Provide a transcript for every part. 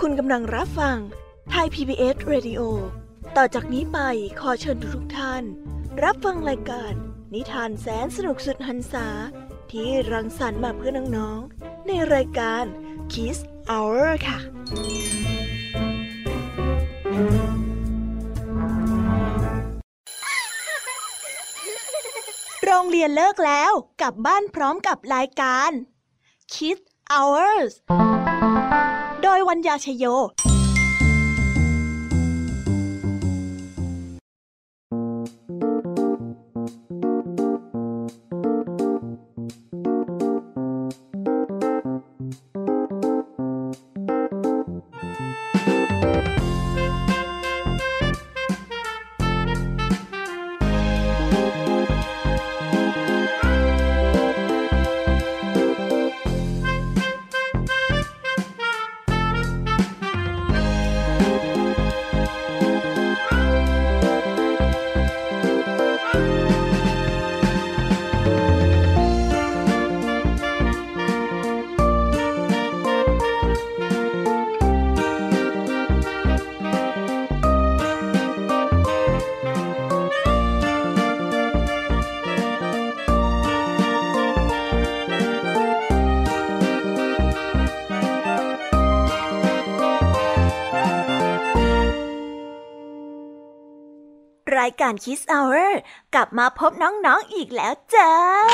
คุณกำลังรับฟังไทย PBS Radio ต่อจากนี้ไปขอเชิญทุกท่านรับฟังรายการนิทานแสนสนุกสุดหรรษาที่รังสรรค์มาเพื่อน้องๆในรายการ Kids Hour ค่ะโรงเรียนเลิกแล้วกลับบ้านพร้อมกับรายการ Kids Hours โดยวัญญาชโยรายการ Kids Hour กลับมาพบน้องๆอีกแล้วจ้า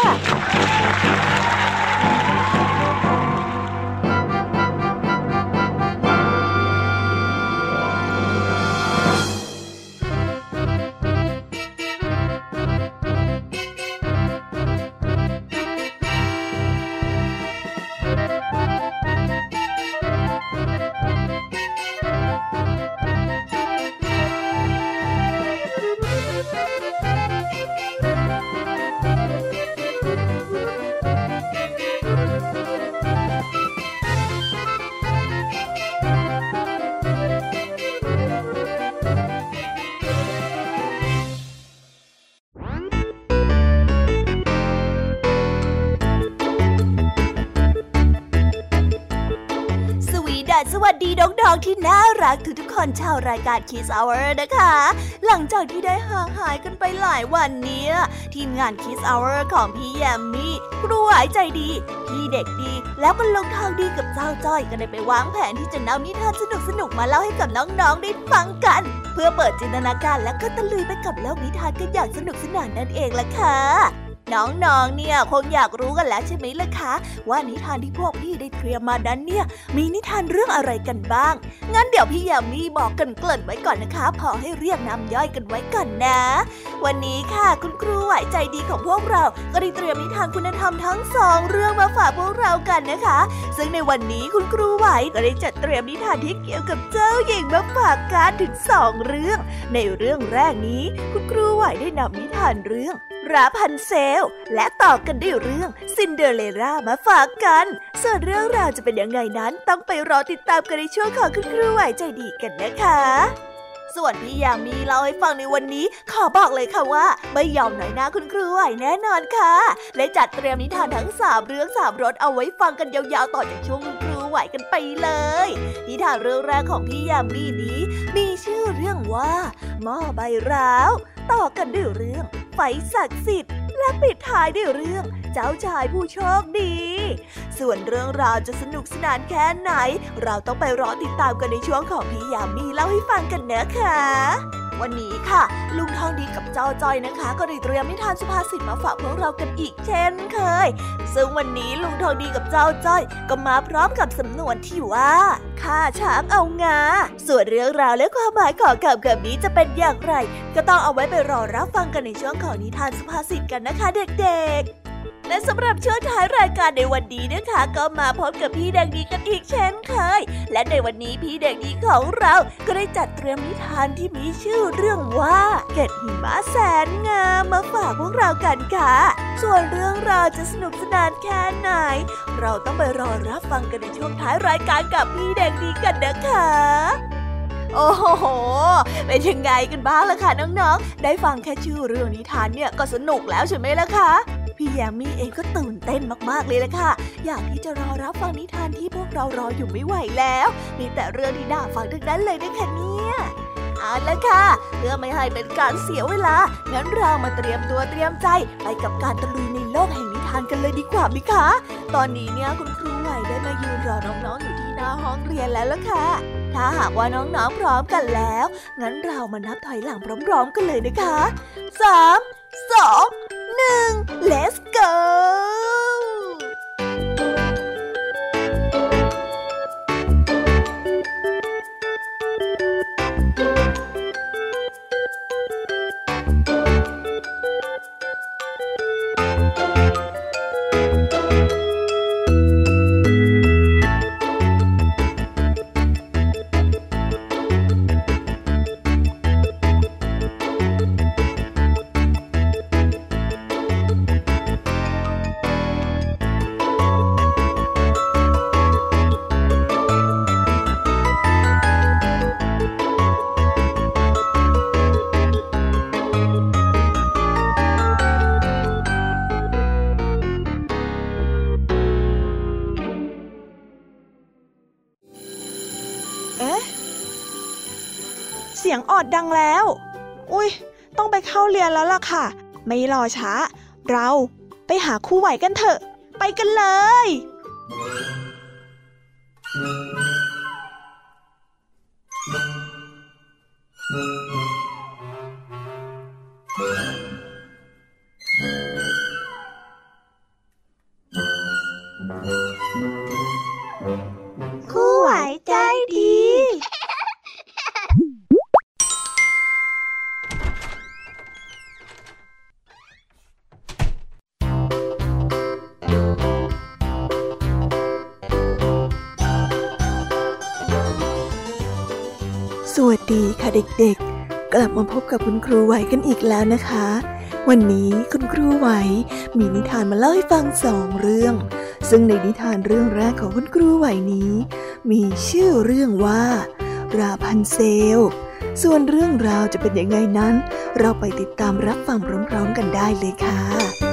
สวัสดีน้องๆที่น่ารักทุกๆคนชาวรายการ Kids Hour นะคะหลังจากที่ได้ห่างหายกันไปหลายวันนี้ทีมงาน Kids Hour ของพี่แยมมี่ครูหวายใจดีพี่เด็กดีแล้วก็ลุงทองดีกับเจ้าจ้อยก็ได้ไปวางแผนที่จะนำนิทานสนุกๆมาเล่าให้กับน้องๆได้ฟังกันเพื่อเปิดจินตนาการและก็ตะลุยไปกับโลกนิทานกันอย่างสนุกสนานนั่นเองล่ะค่ะน้องๆเนี่ยคงอยากรู้กันแล้วใช่ไหมล่ะคะว่านิทานที่พวกพี่ได้เตรียมมานั้นเนี่ยมีนิทานเรื่องอะไรกันบ้างงั้นเดี๋ยวพี่ยามีบอกกันเกริ่นไว้ก่อนนะคะพอให้เรียกน้ำย่อยกันไว้ก่อนนะวันนี้ค่ะคุณครูไหวใจดีของพวกเราก็ได้เตรียมนิทานคุณธรรมทั้ง2เรื่องมาฝากพวกเรากันนะคะซึ่งในวันนี้คุณครูไหวก็ได้จัดเตรียมนิทานที่เกี่ยวกับเจ้าหญิงมาฝากกันถึง2เรื่องในเรื่องแรกนี้คุณครูไหวได้นำนิทานเรื่องราพันเซลและต่อกันด้วยเรื่องซินเดอเรลล่ามาฝากกันส่วนเรื่องราวจะเป็นยังไงนั้นต้องไปรอติดตามกันในช่วงของคุณครูไหวใจดีกันนะคะส่วนพี่ยามีเล่าให้ฟังในวันนี้ขอบอกเลยค่ะว่าไม่ยอมหน่อยหน้าคุณครูไหวแน่นอนค่ะและจัดเตรียมนิทานทั้ง3เรื่อง3รสเอาไว้ฟังกันยาวๆต่อจากช่วงคุณครูไหวกันไปเลยนิทานเรื่องแรกของพี่ยามีนี้มีชื่อเรื่องว่าหม้อใบร้าวต่อกันด้วยเรื่องไฟศักดิ์สิทธิ์และปิดท้ายด้วยเรื่องเจ้าชายผู้โชคดีส่วนเรื่องราวจะสนุกสนานแค่ไหนเราต้องไปรอติดตามกันในช่วงของพี่ยามีเล่าให้ฟังกันนะคะวันนี้ค่ะลุงทองดีกับเจ้าจ้อยนะคะก็ได้เตรียมนิทานสุภาษิตมาฝากพวกเรากันอีกเช่นเคยซึ่งวันนี้ลุงทองดีกับเจ้าจ้อยก็มาพร้อมกับสำนวนที่ว่าฆ่าช้างเอางาส่วนเรื่องราวและความหมายของคำนี้จะเป็นอย่างไรก็ต้องเอาไว้ไปรอรับฟังกันในช่วงของนิทานสุภาษิตกันนะคะเด็กๆและสำหรับช่วงท้ายรายการในวันนี้นะคะก็มาพบกับพี่เด็กดีกันอีกเช่นเคยและในวันนี้พี่เด็กดีของเราก็ได้จัดเตรียมนิทานที่มีชื่อเรื่องว่าเกล็ดหิมะแสนงามมาฝากพวกเรากันค่ะส่วนเรื่องราวจะสนุกสนานแค่ไหนเราต้องไปรอรับฟังกันในช่วงท้ายรายการกับพี่เด็กดีกันนะคะโอ้โหเป็นยังไงกันบ้างล่ะคะน้องๆได้ฟังแค่ชื่อเรื่องนิทานเนี่ยก็สนุกแล้วใช่ไหมล่ะคะพี่แยมมี่เองก็ตื่นเต้นมากๆเลยล่ะค่ะอยากที่จะรอรับฟังนิทานที่พวกเรารออยู่ไม่ไหวแล้วมีแต่เรื่องที่น่าฟังทั้งนั้นเลยนะคะเนี่ยเอาละค่ะเพื่อไม่ให้เป็นการเสียเวลางั้นเรามาเตรียมตัวเตรียมใจไปกับการตะลุยในโลกแห่งนิทานกันเลยดีกว่าไหมคะตอนนี้เนี่ยคุณครูไหวได้มายืนรอน้องๆอยู่ที่หน้าห้องเรียนแล้วล่ะค่ะถ้าหากว่าน้องๆพร้อมกันแล้วงั้นเรามานับถอยหลังพร้อมๆกันเลยนะคะ3 2 1 Let's go เสียงออดดังแล้วอุ๊ยต้องไปเข้าเรียนแล้วล่ะค่ะไม่รอช้าเราไปหาครูไหวกันเถอะไปกันเลยครูไหวใจดีสวัสดีค่ะเด็กๆกลับมาพบกับคุณครูไหวกันอีกแล้วนะคะวันนี้คุณครูไหวมีนิทานมาเล่าให้ฟัง2 เรื่องซึ่งในนิทานเรื่องแรกของคุณครูไหวนี้มีชื่อเรื่องว่าราพันเซลส่วนเรื่องราวจะเป็นยังไงนั้นเราไปติดตามรับฟังพร้อมๆกันได้เลยค่ะ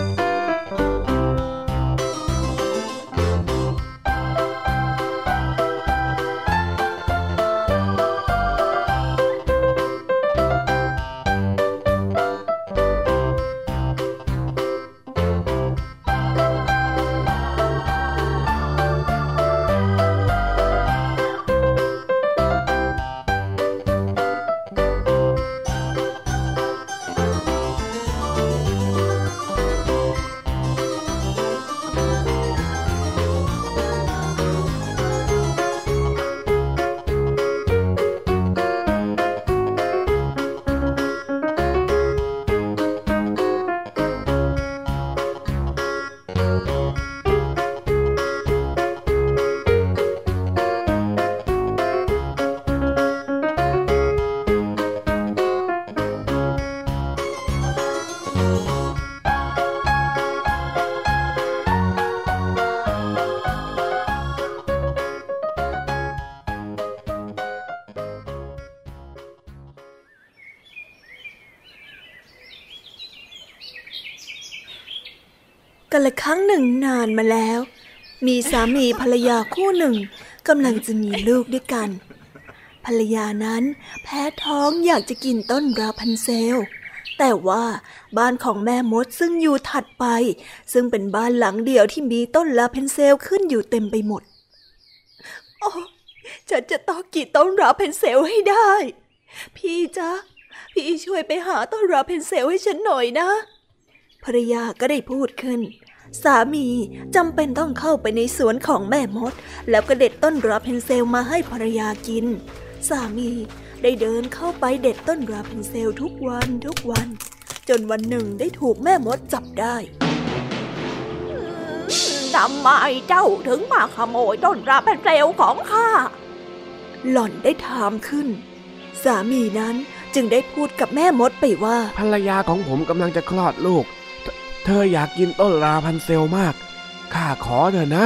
กันละครั้งหนึ่งนานมาแล้วมีสามีภรรยาคู่หนึ่งกำลังจะมีลูกด้วยกันภรรยานั้นแพ้ท้องอยากจะกินต้นราพันเซลแต่ว่าบ้านของแม่มดซึ่งอยู่ถัดไปซึ่งเป็นบ้านหลังเดียวที่มีต้นราพันเซลขึ้นอยู่เต็มไปหมดโอ้ฉันจะต้องกินต้นราพันเซลให้ได้พี่จ๊ะพี่ช่วยไปหาต้นราพันเซลให้ฉันหน่อยนะภรรยาก็ได้พูดขึ้นสามีจำเป็นต้องเข้าไปในสวนของแม่มดแล้วก็เด็ดต้นราพันเซลมาให้ภรรยากินสามีได้เดินเข้าไปเด็ดต้นราพันเซลทุกวันจนวันหนึ่งได้ถูกแม่มดจับได้ทำไมเจ้าถึงมาขโมยต้นราพันเซลของข้าหล่อนได้ถามขึ้นสามีนั้นจึงได้พูดกับแม่มดไปว่าภรรยาของผมกำลังจะคลอดลูกเธออยากกินต้นราพันเซลมากข้าขอเถอะนะ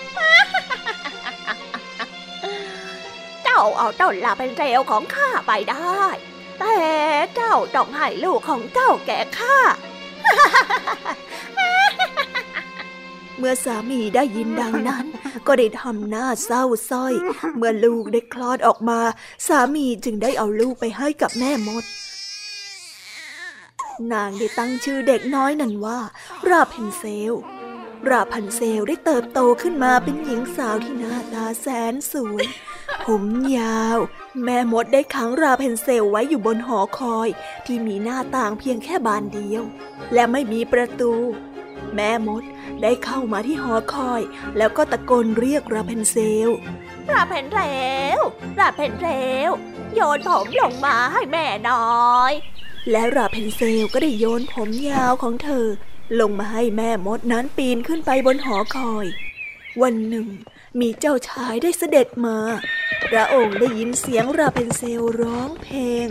เจ้าเอาต้นราพันเซลของข้าไปได้แต่เจ้าต้องให้ลูกของเจ้าแก่ข้ามื่อสามีได้ยินดังนั้นก็ได้ทำหน้าเศร้าส้อยเมื่อลูกได้คลอดออกมาสามีจึงได้เอาลูกไปให้กับแม่มดนางได้ตั้งชื่อเด็กน้อยนั้นว่าราพันเซลได้เติบโตขึ้นมาเป็นหญิงสาวที่หน้าตาแสนสวยผมยาวแม่มดได้ขังราพันเซลไว้อยู่บนหอคอยที่มีหน้าต่างเพียงแค่บานเดียวและไม่มีประตูแม่มดได้เข้ามาที่หอคอยแล้วก็ตะโกนเรียกราพันเซลโยนผมลงมาให้แม่หน่อยและราพันเซลก็ได้โยนผมยาวของเธอลงมาให้แม่มดนั้นปีนขึ้นไปบนหอคอยวันหนึ่งมีเจ้าชายได้เสด็จมาพระองค์ได้ยินเสียงราพันเซลร้องเพลง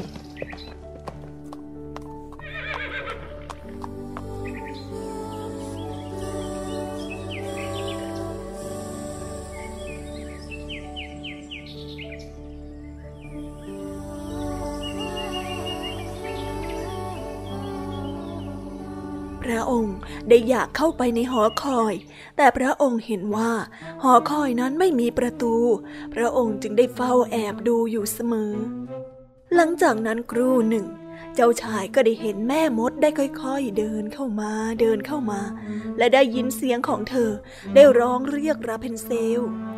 พระองค์ได้อยากเข้าไปในหอคอยแต่พระองค์เห็นว่าหอคอยนั้นไม่มีประตูพระองค์จึงได้เฝ้าแอบดูอยู่เสมอหลังจากนั้นครู่หนึ่งเจ้าชายก็ได้เห็นแม่มดได้ค่อยๆเดินเข้ามาและได้ยินเสียงของเธอได้ร้องเรียกราพันเซล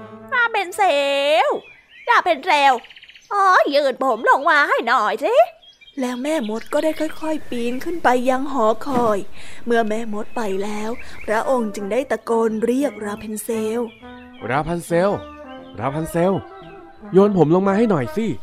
ยืนผมลงมาให้หน่อยสิแล้วแม่มดก็ได้ค่อยๆปีนขึ้นไปยังหอคอยเมื่อแม่มดไปแล้วพระองค์จึงได้ตะโกนเรียกราพันเซลโยนผมลงมาให้หน่อยสิ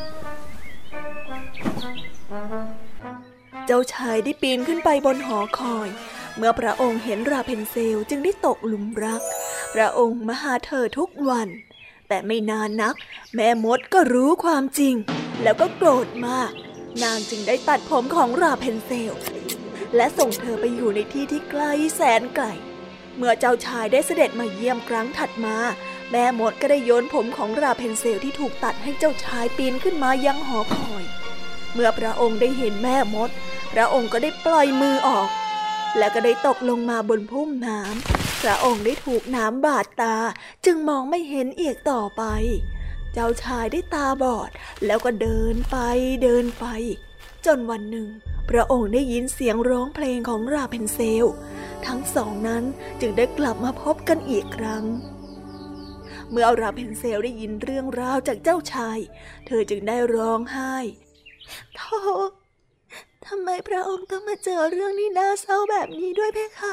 เจ้าชายได้ปีนขึ้นไปบนหอคอยเมื่อพระองค์เห็นราพันเซลจึงได้ตกหลุมรักพระองค์มาหาเธอทุกวันแต่ไม่นานนักแม่มดก็รู้ความจริงแล้วก็โกรธมากนางจึงได้ตัดผมของราพันเซลและส่งเธอไปอยู่ในที่ที่ไกลแสนไกลเมื่อเจ้าชายได้เสด็จมาเยี่ยมครั้งถัดมาแม่มดก็ได้โยนผมของราพันเซลที่ถูกตัดให้เจ้าชายปีนขึ้นมายังหอคอยเมื่อพระองค์ได้เห็นแม่มดพระองค์ก็ได้ปล่อยมือออกและก็ได้ตกลงมาบนพุ่มน้ำพระองค์ได้ถูกน้ำบาดตาจึงมองไม่เห็นอีกต่อไปเจ้าชายได้ตาบอดแล้วก็เดินไปจนวันหนึ่งพระองค์ได้ยินเสียงร้องเพลงของราพันเซลทั้งสองนั้นจึงได้กลับมาพบกันอีกครั้งเมื่อราพันเซลได้ยินเรื่องราวจากเจ้าชายเธอจึงได้ร้องไห้โธ่ทำไมพระองค์ต้องมาเจอเรื่องที่น่าเศร้าแบบนี้ด้วยเพคะ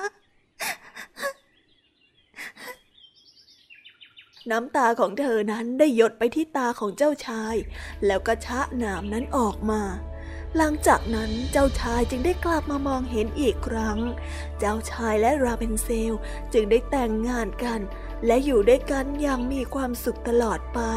น้ำตาของเธอนั้นได้หยดไปที่ตาของเจ้าชายแล้วก็ชะน้ำนั้นออกมาหลังจากนั้นเจ้าชายจึงได้กลับมามองเห็นอีกครั้งเจ้าชายและราพันเซลจึงได้แต่งงานกันและอยู่ด้วยกันอย่างมีความสุขตลอดไป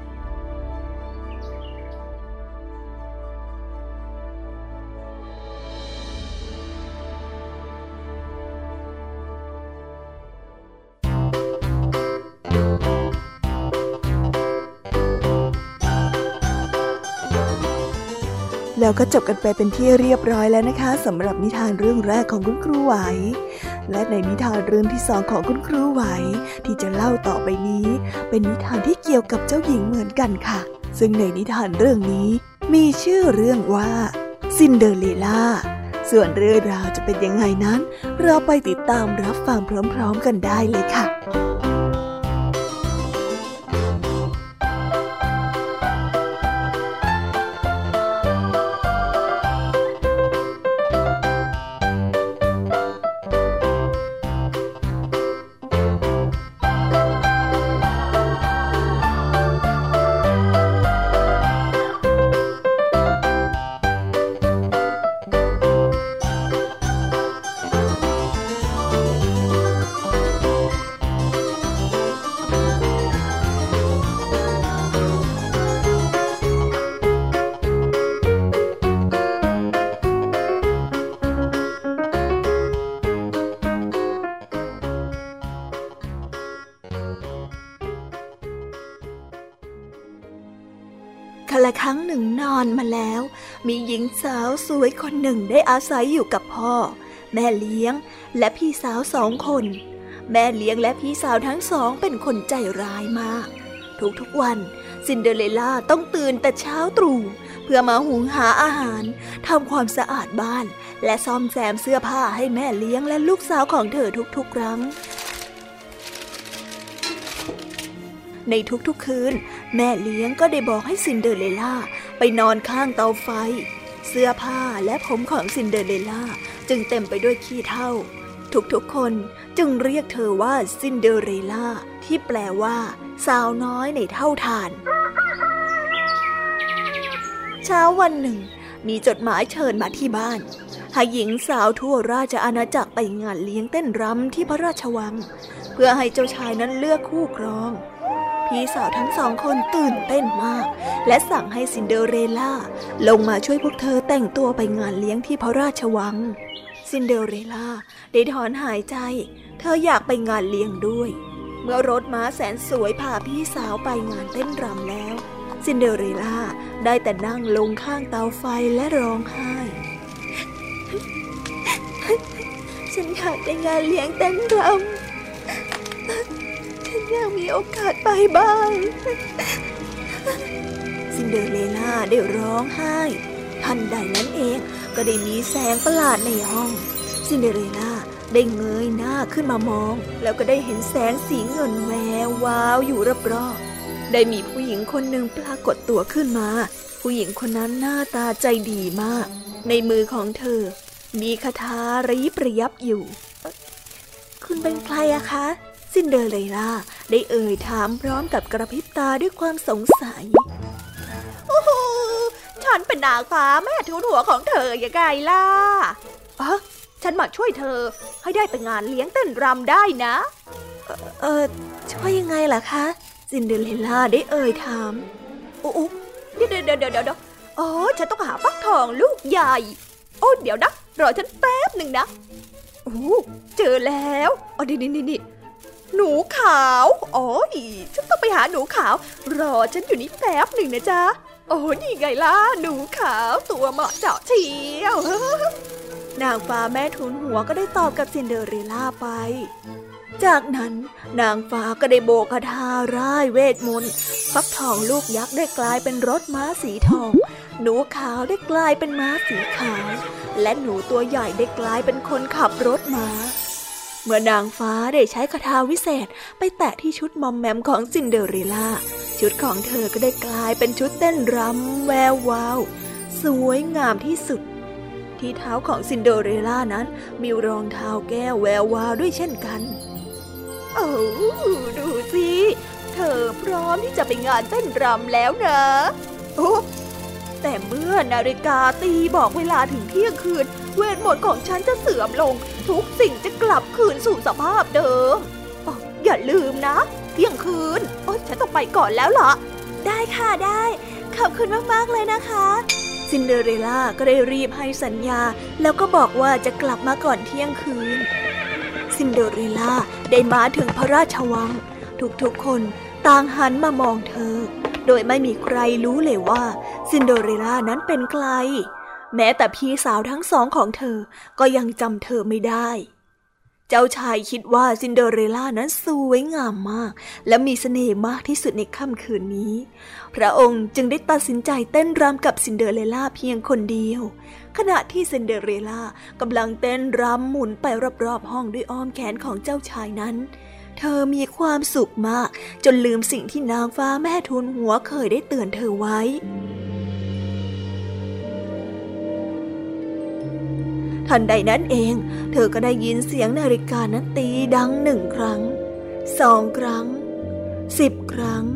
แล้วก็จบกันไปเป็นที่เรียบร้อยแล้วนะคะสำหรับนิทานเรื่องแรกของคุณครูไหวและในนิทานเรื่องที่สองของคุณครูไหวที่จะเล่าต่อไปนี้เป็นนิทานที่เกี่ยวกับเจ้าหญิงเหมือนกันค่ะซึ่งในนิทานเรื่องนี้มีชื่อเรื่องว่าซินเดอเรลล่าส่วนเรื่องราวจะเป็นยังไงนั้นเราไปติดตามรับฟังพร้อมๆกันได้เลยค่ะกาลครั้งหนึ่งนานมาแล้วมีหญิงสาวสวยคนหนึ่งได้อาศัยอยู่กับพ่อแม่เลี้ยงและพี่สาว2 คนแม่เลี้ยงและพี่สาวทั้งสองเป็นคนใจร้ายมากทุกๆวันซินเดอเรลล่าต้องตื่นแต่เช้าตรู่เพื่อมาหุงหาอาหารทำความสะอาดบ้านและซ่อมแซมเสื้อผ้าให้แม่เลี้ยงและลูกสาวของเธอทุกๆครั้งในทุกๆคืนแม่เลี้ยงก็ได้บอกให้ซินเดอเรลล่าไปนอนข้างเตาไฟเสื้อผ้าและผมของซินเดอเรลล่าจึงเต็มไปด้วยขี้เถ้าทุกๆคนจึงเรียกเธอว่าซินเดอเรลล่าที่แปลว่าสาวน้อยในเถ้าถ่านเช้าวันหนึ่งมีจดหมายเชิญมาที่บ้านให้หญิงสาวทั่วราชอาณาจักรไปงานเลี้ยงเต้นรำที่พระราชวังเพื่อให้เจ้าชายนั้นเลือกคู่ครองพี่สาวทั้งสองคนตื่นเต้นมากและสั่งให้ซินเดอเรลล่าลงมาช่วยพวกเธอแต่งตัวไปงานเลี้ยงที่พระราชวังซินเดอเรลล่าได้ถอนหายใจเธออยากไปงานเลี้ยงด้วยเมื่อรถม้าแสนสวยพาพี่สาวไปงานเต้นรำแล้วซินเดอเรลล่าได้แต่นั่งลงข้างเตาไฟและร้องไห้ฉันอยากไปงานเลี้ยงเต้นรำฉันอยากมีโอกาสไปบ้างซินเดอเรลล่าได้ร้องไห้ทันใดนั้นเองก็ได้มีแสงประหลาดในห้องซินเดอเรลล่าได้เงยหน้าขึ้นมามองแล้วก็ได้เห็นแสงสีเงินแวววาวอยู่รอบๆได้มีผู้หญิงคนหนึ่งปรากฏตัวขึ้นมาผู้หญิงคนนั้นหน้าตาใจดีมากในมือของเธอมีคาถาระยิบระยับอยู่คุณเป็นใครอะคะซินเดอเรลล่าได้เอ่ยถามพร้อมกับกระพริบตาด้วยความสงสัยโอ้โหฉันเป็นนางฟ้าแม่ทูลหัวของเธอยังไงล่ะฉันมาช่วยเธอให้ได้ไปงานเลี้ยงเต้นรำได้นะช่วยยังไงล่ะคะซินเดอเรลล่าได้เอ่ยถามโอ้เดี๋ยวฉันต้องหาฟักทองลูกใหญ่โอ้เดี๋ยวนะรอฉันแป๊บหนึ่งนะโอ้เจอแล้วนี่หนูขาวฉันต้องไปหาหนูขาวรอฉันอยู่นี่แป๊บหนึ่งนะจ๊ะโอ้นี่ไงล่ะหนูขาวตัวเหมาะเจาะเชียวนางฟ้าแม่ทูลหัวก็ได้ตอบกับซินเดอเรลล่าไปจากนั้นนางฟ้าก็ได้โบกคาถาร่ายเวทมนต์ฟักทองลูกยักษ์ได้กลายเป็นรถม้าสีทองหนูขาวได้กลายเป็นม้าสีขาวและหนูตัวใหญ่ได้กลายเป็นคนขับรถม้าเมื่อนางฟ้าได้ใช้คาถาวิเศษไปแตะที่ชุดมอมแมมของซินเดอเรลล่าชุดของเธอก็ได้กลายเป็นชุดเต้นรำแวววาวสวยงามที่สุดที่เท้าของซินเดอเรลล่านั้นมีรองเท้าแก้วแวววาวด้วยเช่นกันดูสิเธอพร้อมที่จะไปงานเต้นรำแล้วนะแต่เมื่อนาฬิกาตีบอกเวลาถึงเที่ยงคืนเวทมนต์ของฉันจะเสื่อมลงทุกสิ่งจะกลับคืนสู่สภาพเดิมอย่าลืมนะเที่ยงคืนฉันต้องไปก่อนแล้วล่ะได้ค่ะได้ขอบคุณมากๆเลยนะคะซินเดอเรลล่าก็ได้รีบให้สัญญาแล้วก็บอกว่าจะกลับมาก่อนเที่ยงคืนซินเดอเรลล่าได้มาถึงพระราชวังทุกๆคนต่างหันมามองเธอโดยไม่มีใครรู้เลยว่าซินเดอเรลล่านั้นเป็นใครแม้แต่พี่สาวทั้งสองของเธอก็ยังจำเธอไม่ได้เจ้าชายคิดว่าซินเดอเรลล่านั้นสวยงามมากและมีเสน่ห์มากที่สุดในค่ำคืนนี้พระองค์จึงได้ตัดสินใจเต้นรำกับซินเดอเรลล่าเพียงคนเดียวขณะที่ซินเดอเรลล่ากำลังเต้นรำหมุนไปรอบๆห้องด้วยอ้อมแขนของเจ้าชายนั้นเธอมีความสุขมากจนลืมสิ่งที่นางฟ้าแม่ทูลหัวเคยได้เตือนเธอไว้ทันใดนั้นเองเธอก็ได้ยินเสียงนาฬิกานั้นตีดัง1 ครั้ง2 ครั้ง10 ครั้ง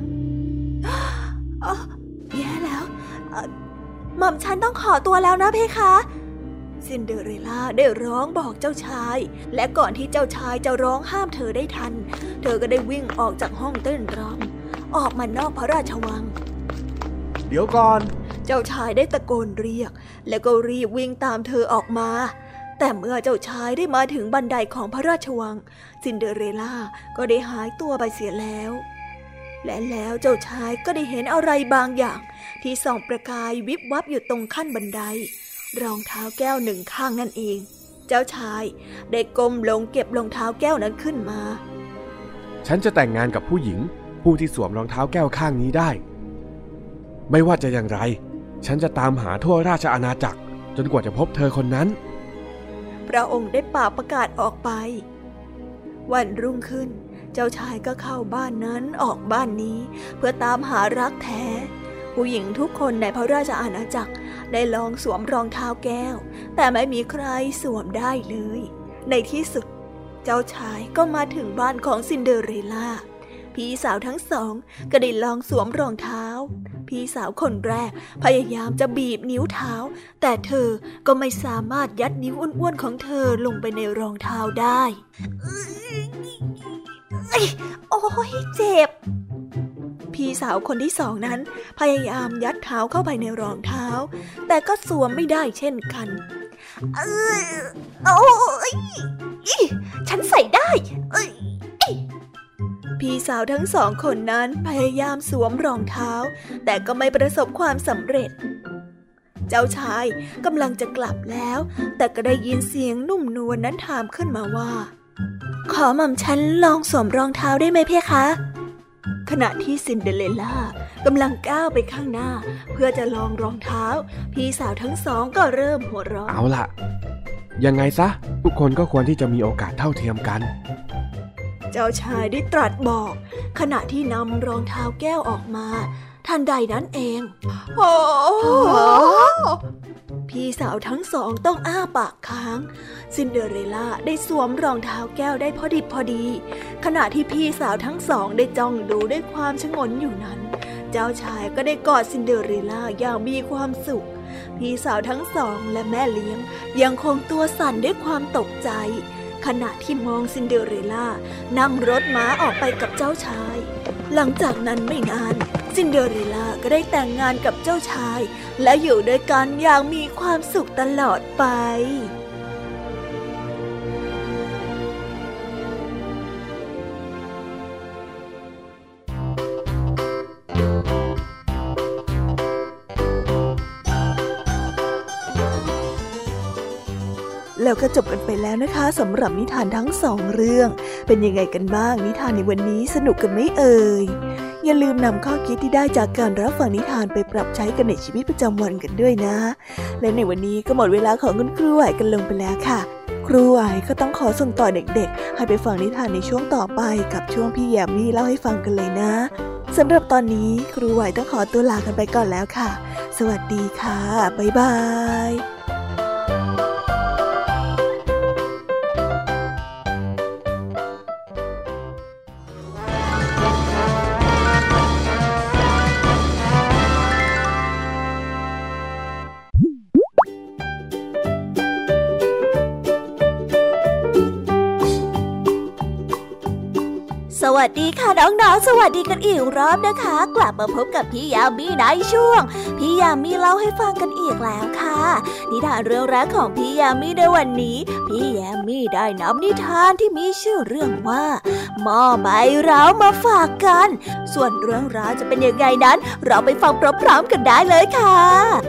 แย่แล้วหม่อมฉันต้องขอตัวแล้วนะเพคะซินเดอเรลล่าได้ร้องบอกเจ้าชายและก่อนที่เจ้าชายจะร้องห้ามเธอได้ทันเธอก็ได้วิ่งออกจากห้องเต้นรำออกมานอกพระราชวังเดี๋ยวก่อนเจ้าชายได้ตะโกนเรียกแล้วก็รีบวิ่งตามเธอออกมาแต่เมื่อเจ้าชายได้มาถึงบันไดของพระราชวังซินเดอเรลล่าก็ได้หายตัวไปเสียแล้วและแล้วเจ้าชายก็ได้เห็นอะไรบางอย่างที่ส่องประกายวิบวับอยู่ตรงขั้นบันไดรองเท้าแก้ว1 ข้างนั่นเองเจ้าชายได้ก้มลงเก็บรองเท้าแก้วนั้นขึ้นมาฉันจะแต่งงานกับผู้หญิงผู้ที่สวมรองเท้าแก้วข้างนี้ได้ไม่ว่าจะอย่างไรฉันจะตามหาทั่วราชอาณาจักรจนกว่าจะพบเธอคนนั้นพระองค์ได้ป่าประกาศออกไปวันรุ่งขึ้นเจ้าชายก็เข้าบ้านนั้นออกบ้านนี้เพื่อตามหารักแท้ผู้หญิงทุกคนในพระราชอาณาจักรได้ลองสวมรองเท้าแก้วแต่ไม่มีใครสวมได้เลยในที่สุดเจ้าชายก็มาถึงบ้านของซินเดอเรลล่าพี่สาวทั้งสองก็ได้ลองสวมรองเท้าพี่สาวคนแรกพยายามจะบีบนิ้วเท้าแต่เธอก็ไม่สามารถยัดนิ้วอ้วนๆของเธอลงไปในรองเท้าได้โอ้ยเจ็บพี่สาวคนที่สองนั้นพยายามยัดเท้าเข้าไปในรองเท้าแต่ก็สวมไม่ได้เช่นกันโอ้ยฉันใส่ได้พี่สาวทั้งสองคนนั้นพยายามสวมรองเท้าแต่ก็ไม่ประสบความสำเร็จเจ้าชายกำลังจะกลับแล้วแต่ก็ได้ยินเสียงนุ่มนวลนั้นถามขึ้นมาว่าขอหม่อมฉันลองสวมรองเท้าได้ไหมเพคะขณะที่ซินเดอเรลล่ากำลังก้าวไปข้างหน้าเพื่อจะลองรองเท้าพี่สาวทั้งสองก็เริ่มหัวเราะเอาล่ะยังไงซะทุกคนก็ควรที่จะมีโอกาสเท่าเทียมกันเจ้าชายได้ตรัสบอกขณะที่นำรองเท้าแก้วออกมาทันใดนั้นเองโอ้พี่สาวทั้งสองต้องอ้าปากค้างซินเดอเรลล่าได้สวมรองเท้าแก้วได้พอดิบพอดีขณะที่พี่สาวทั้งสองได้จ้องดูด้วยความชงนอยู่นั้นเจ้าชายก็ได้กอดซินเดอเรลล่าอย่างมีความสุขพี่สาวทั้งสองและแม่เลี้ยงยังคงตัวสั่นด้วยความตกใจขณะที่มองซินเดอเรลล่านั่งรถม้าออกไปกับเจ้าชายหลังจากนั้นไม่นานซินเดอเรลล่าก็ได้แต่งงานกับเจ้าชายและอยู่ด้วยกันอย่างมีความสุขตลอดไปแล้วก็จบกันไปแล้วนะคะสำหรับนิทานทั้งสองเรื่องเป็นยังไงกันบ้างนิทานในวันนี้สนุกกันไหมเอ่ยอย่าลืมนำข้อคิดที่ได้จากการรับฟังนิทานไปปรับใช้กันในชีวิตประจำวันกันด้วยนะและในวันนี้ก็หมดเวลาของคุณครูไหวกันลงไปแล้วค่ะครูไหวก็ต้องขอส่งต่อเด็กๆให้ไปฟังนิทานในช่วงต่อไปกับช่วงพี่แยมมี่เล่าให้ฟังกันเลยนะสำหรับตอนนี้ครูไหวต้องขอตัวลากันไปก่อนแล้วค่ะสวัสดีค่ะบ๊ายบายสวัสดีค่ะน้องๆสวัสดีกันอีกรอบนะคะกลับมาพบกับพี่ยามีในช่วงพี่ยามีเล่าให้ฟังกันอีกแล้วค่ะนิทานเรื่องแรกของพี่ยามีในวันนี้พี่ยามีได้นำนิทานที่มีชื่อเรื่องว่าหม้อใบร้าวมาฝากกันส่วนเรื่องราวจะเป็นยังไงนั้นเราไปฟังพร้อมๆกันได้เลยค่ะ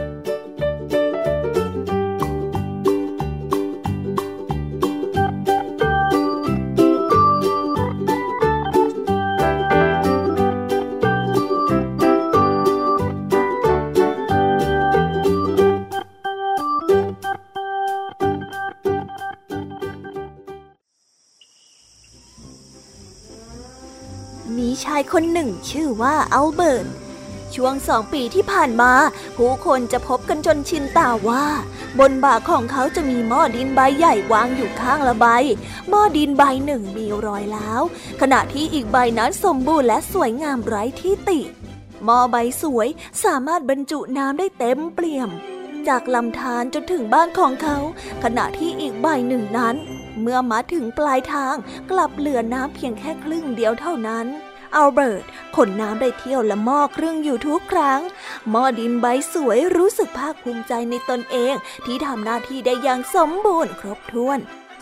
ชายคนหนึ่งชื่อว่าอัลเบิร์ตช่วง2 ปีที่ผ่านมาผู้คนจะพบกันจนชินตาว่าบนบ่าของเขาจะมีหม้อดินใบใหญ่วางอยู่ข้างละใบหม้อดินใบหนึ่งมีรอยร้าวขณะที่อีกใบนั้นสมบูรณ์และสวยงามไร้ที่ติหม้อใบสวยสามารถบรรจุน้ำได้เต็มเปี่ยมจากลำธารจนถึงบ้านของเขาขณะที่อีกใบหนึ่งนั้นเมื่อมาถึงปลายทางกลับเหลือน้ำเพียงแค่ครึ่งเดียวเท่านั้นอัลเบิร์ตขนน้ำได้เที่ยวละหม้อครึ่งอยู่ทุกครั้งหม้อดินใบสวยรู้สึกภาคภูมิใจในตนเองที่ทำหน้าที่ได้อย่างสมบูรณ์ครบถ้วน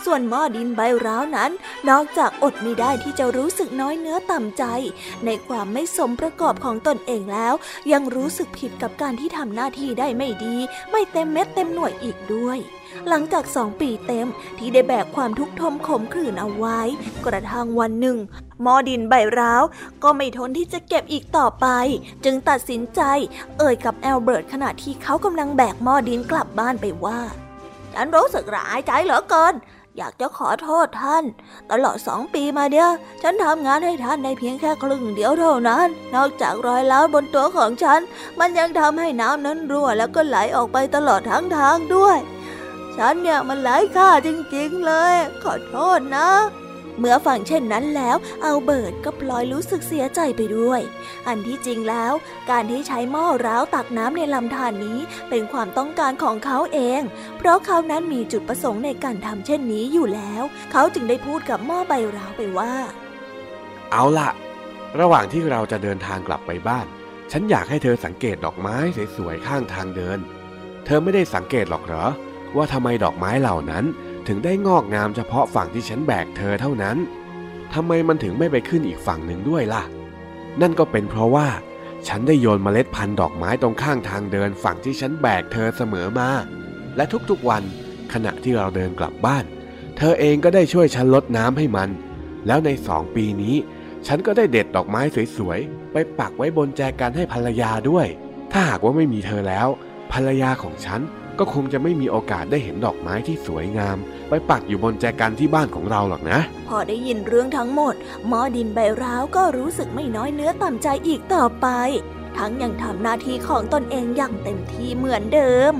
ส่วนหม้อดินใบร้าวนั้นนอกจากอดไม่ได้ที่จะรู้สึกน้อยเนื้อต่ำใจในความไม่สมประกอบของตนเองแล้วยังรู้สึกผิดกับการที่ทำหน้าที่ได้ไม่ดีไม่เต็มเม็ดเต็มหน่วยอีกด้วยหลังจาก2 ปีเต็มที่ได้แบกความทุกข์ทมขมขื่นเอาไว้กระทั่งวันหนึ่งหม้อดินใบร้าวก็ไม่ทนที่จะเก็บอีกต่อไปจึงตัดสินใจเอ่ยกับแอลเบิร์ตขณะที่เขากำลังแบกหม้อดินกลับบ้านไปว่าฉันรู้สึกร้ายใจเหลือเกินอยากจะขอโทษท่านตลอด2 ปีมาเนี่ยฉันทำงานให้ท่านได้เพียงแค่ครึ่งเดียวเท่านั้นนอกจากรอยร้าวบนตัวของฉันมันยังทำให้น้ำนั้นรั่วแล้วก็ไหลออกไปตลอดทั้งทางด้วยฉันเนี่ยมันไร้ค่าจริงๆเลยขอโทษนะเมื่อฟังเช่นนั้นแล้วอัลเบิร์ตก็พลอยรู้สึกเสียใจไปด้วยอันที่จริงแล้วการที่ใช้หม้อร้าวตักน้ำในลำธารนี้เป็นความต้องการของเขาเองเพราะเขานั้นมีจุดประสงค์ในการทำเช่นนี้อยู่แล้วเขาจึงได้พูดกับหม้อใบร้าวไปว่าเอาล่ะระหว่างที่เราจะเดินทางกลับไปบ้านฉันอยากให้เธอสังเกตดอกไม้สวยๆข้างทางเดินเธอไม่ได้สังเกตหรอกเหรอว่าทำไมดอกไม้เหล่านั้นถึงได้งอกงามเฉพาะฝั่งที่ฉันแบกเธอเท่านั้นทำไมมันถึงไม่ไปขึ้นอีกฝั่งหนึ่งด้วยล่ะนั่นก็เป็นเพราะว่าฉันได้โยนเมล็ดพันธุ์ดอกไม้ตรงข้างทางเดินฝั่งที่ฉันแบกเธอเสมอมาและทุกๆวันขณะที่เราเดินกลับบ้านเธอเองก็ได้ช่วยฉันรดน้ำให้มันแล้วใน2 ปีนี้ฉันก็ได้เด็ดดอกไม้สวยๆไปปักไว้บนแจกันให้ภรรยาด้วยถ้าหากว่าไม่มีเธอแล้วภรรยาของฉันก็คงจะไม่มีโอกาสได้เห็นดอกไม้ที่สวยงามไปปักอยู่บนแจกันที่บ้านของเราหรอกนะพอได้ยินเรื่องทั้งหมดหม้อดินใบร้าวก็รู้สึกไม่น้อยเนื้อต่ำใจอีกต่อไปทั้งยังทำหน้าที่ของตนเองอย่างเต็มที่เหมือนเดิม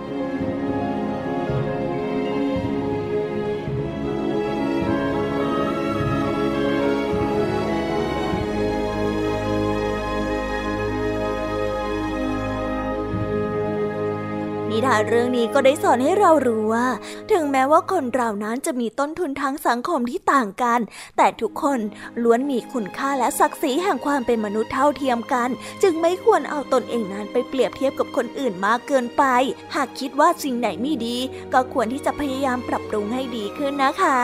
นิทานเรื่องนี้ก็ได้สอนให้เรารู้ว่าถึงแม้ว่าคนเรานั้นจะมีต้นทุนทางสังคมที่ต่างกันแต่ทุกคนล้วนมีคุณค่าและศักดิ์ศรีแห่งความเป็นมนุษย์เท่าเทียมกันจึงไม่ควรเอาตนเองนั้นไปเปรียบเทียบกับคนอื่นมากเกินไปหากคิดว่าสิ่งไหนไม่ดีก็ควรที่จะพยายามปรับปรุงให้ดีขึ้นนะคะ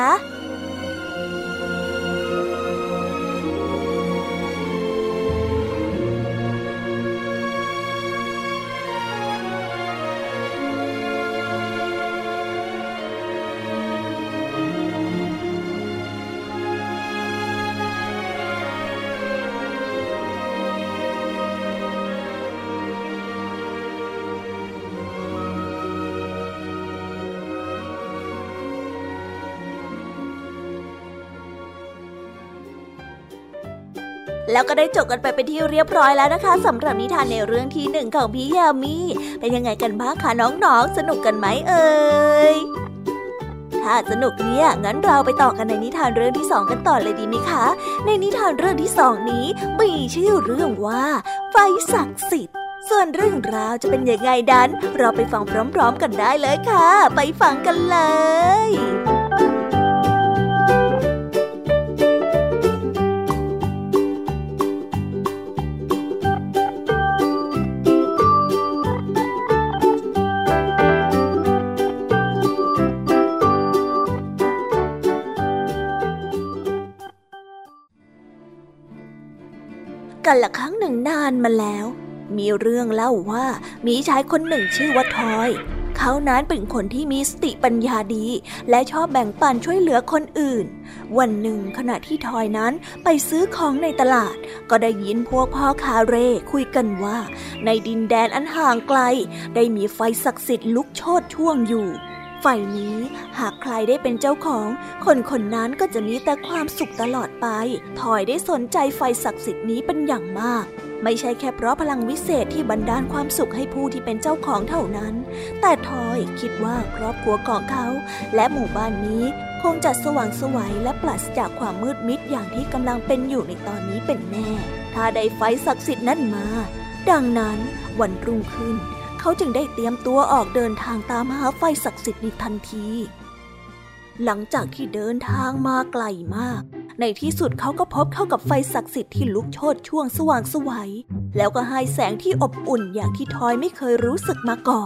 แล้วก็ได้จบกันไปเป็นที่เรียบร้อยแล้วนะคะสำหรับนิทานในเรื่องที่1ของพี่ยามีเป็นยังไงกันบ้างคะน้องๆสนุกกันไหมเอ่ยถ้าสนุกเนี่ยงั้นเราไปต่อกันในนิทานเรื่องที่2กันต่อเลยดีไหมคะในนิทานเรื่องที่2นี้มีชื่อเรื่องว่าไฟศักดิ์สิทธิ์ส่วนเรื่องราวจะเป็นยังไงนั้นเราไปฟังพร้อมๆกันได้เลยค่ะไปฟังกันเลยกันละครั้งหนึ่งนานมาแล้วมีเรื่องเล่าว่ามีชายคนหนึ่งชื่อว่าทอยเขานั้นเป็นคนที่มีสติปัญญาดีและชอบแบ่งปันช่วยเหลือคนอื่นวันหนึ่งขณะที่ทอยนั้นไปซื้อของในตลาดก็ได้ยินพวกพ่อค้าเร่คุยกันว่าในดินแดนอันห่างไกลได้มีไฟศักดิ์สิทธิ์ลุกโชติช่วงอยู่ไฟนี้หากใครได้เป็นเจ้าของคนนั้นก็จะมีแต่ความสุขตลอดไปทอยได้สนใจไฟศักดิ์สิทธิ์นี้เป็นอย่างมากไม่ใช่แค่เพราะพลังวิเศษที่บันดาลความสุขให้ผู้ที่เป็นเจ้าของเท่านั้นแต่ทอยคิดว่าครอบครัวของเขาและหมู่บ้านนี้คงจะสว่างไสวและปราศจากความมืดมิดอย่างที่กำลังเป็นอยู่ในตอนนี้เป็นแน่ถ้าได้ไฟศักดิ์สิทธิ์นั้นมาดังนั้นวันรุ่งขึ้นเขาจึงได้เตรียมตัวออกเดินทางตามหาไฟศักดิ์สิทธิ์ในทันทีหลังจากที่เดินทางมาไกลมากในที่สุดเขาก็พบเข้ากับไฟศักดิ์สิทธิ์ที่ลุกโชติช่วงสว่างไสวแล้วก็ให้แสงที่อบอุ่นอย่างที่ทอยไม่เคยรู้สึกมาก่อน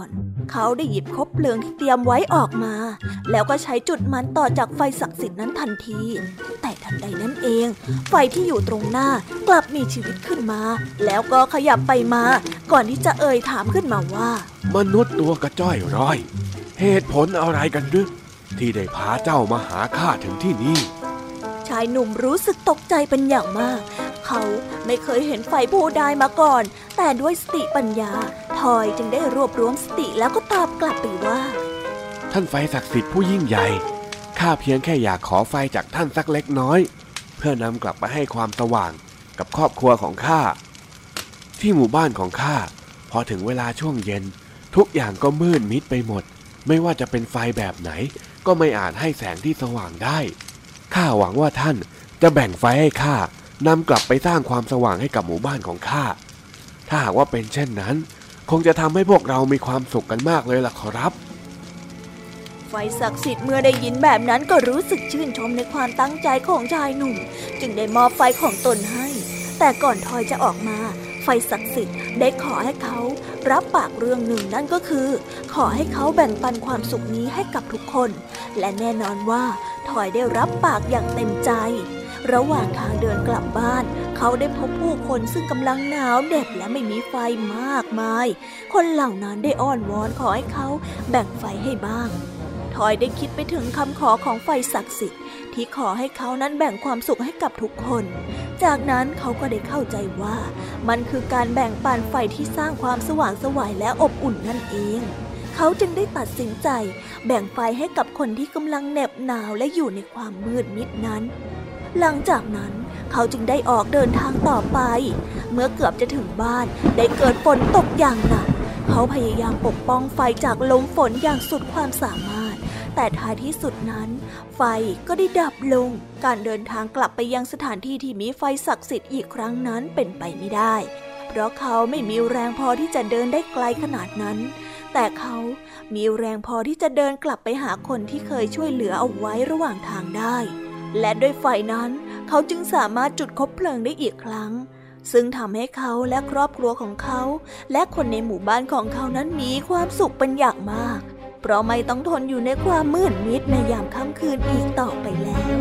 เขาได้หยิบคบเพลิงที่เตรียมไว้ออกมาแล้วก็ใช้จุดมันต่อจากไฟศักดิ์สิทธิ์นั้นทันทีแต่ทันใดนั้นเองไฟที่อยู่ตรงหน้ากลับมีชีวิตขึ้นมาแล้วก็ขยับไปมาก่อนที่จะเอ่ยถามขึ้นมาว่ามนุษย์ตัวกระจ้อยร่อยเหตุผลอะไรกันหรือที่ได้พาเจ้ามาหาข้าถึงที่นี่ชายหนุ่มรู้สึกตกใจเป็นอย่างมากเขาไม่เคยเห็นไฟผู้ใดมาก่อนแต่ด้วยสติปัญญาทอยจึงได้รวบรวมสติแล้วก็ตอบกลับไปว่าท่านไฟศักดิ์สิทธิ์ผู้ยิ่งใหญ่ข้าเพียงแค่อยากขอไฟจากท่านสักเล็กน้อยเพื่อนำกลับไปให้ความสว่างกับครอบครัวของข้าที่หมู่บ้านของข้าพอถึงเวลาช่วงเย็นทุกอย่างก็มืดมิดไปหมดไม่ว่าจะเป็นไฟแบบไหนก็ไม่อาจให้แสงที่สว่างได้ข้าหวังว่าท่านจะแบ่งไฟให้ข้านำกลับไปสร้างความสว่างให้กับหมู่บ้านของข้าถ้าหากว่าเป็นเช่นนั้นคงจะทำให้พวกเรามีความสุขกันมากเลยล่ะขอรับไฟศักดิ์สิทธิ์เมื่อได้ยินแบบนั้นก็รู้สึกชื่นชมในความตั้งใจของชายหนุ่มจึงได้มอบไฟของตนให้แต่ก่อนทอยจะออกมาไฟศักดิ์สิทธิ์ได้ขอให้เขารับปากเรื่องหนึ่งนั่นก็คือขอให้เขาแบ่งปันความสุขนี้ให้กับทุกคนและแน่นอนว่าทอยได้รับปากอย่างเต็มใจระหว่างทางเดินกลับบ้านเขาได้พบผู้คนซึ่งกำลังหนาวเหน็บและไม่มีไฟมากมายคนเหล่านั้นได้อ้อนวอนขอให้เขาแบ่งไฟให้บ้างทอยได้คิดไปถึงคำขอของไฟศักดิ์สิทธิ์ที่ขอให้เขานั้นแบ่งความสุขให้กับทุกคนจากนั้นเขาก็ได้เข้าใจว่ามันคือการแบ่งปันไฟที่สร้างความสว่างไสวและอบอุ่นนั่นเองเขาจึงได้ตัดสินใจแบ่งไฟให้กับคนที่กำลังเหน็บหนาวและอยู่ในความมืดมิดนั้นหลังจากนั้นเขาจึงได้ออกเดินทางต่อไปเมื่อเกือบจะถึงบ้านได้เกิดฝนตกอย่างหนักเขาพยายามปกป้องไฟจากลมฝนอย่างสุดความสามารถแต่ท้ายที่สุดนั้นไฟก็ได้ดับลงการเดินทางกลับไปยังสถานที่ที่มีไฟศักดิ์สิทธิ์อีกครั้งนั้นเป็นไปไม่ได้เพราะเขาไม่มีแรงพอที่จะเดินได้ไกลขนาดนั้นแต่เขามีแรงพอที่จะเดินกลับไปหาคนที่เคยช่วยเหลือเอาไว้ระหว่างทางได้และด้วยไฟนั้นเขาจึงสามารถจุดคบเพลิงได้อีกครั้งซึ่งทำให้เขาและครอบครัวของเขาและคนในหมู่บ้านของเขานั้นมีความสุขเป็นอย่างมากเพราะไม่ต้องทนอยู่ในความมืดมิดในยามค่ำคืนอีกต่อไปแล้ว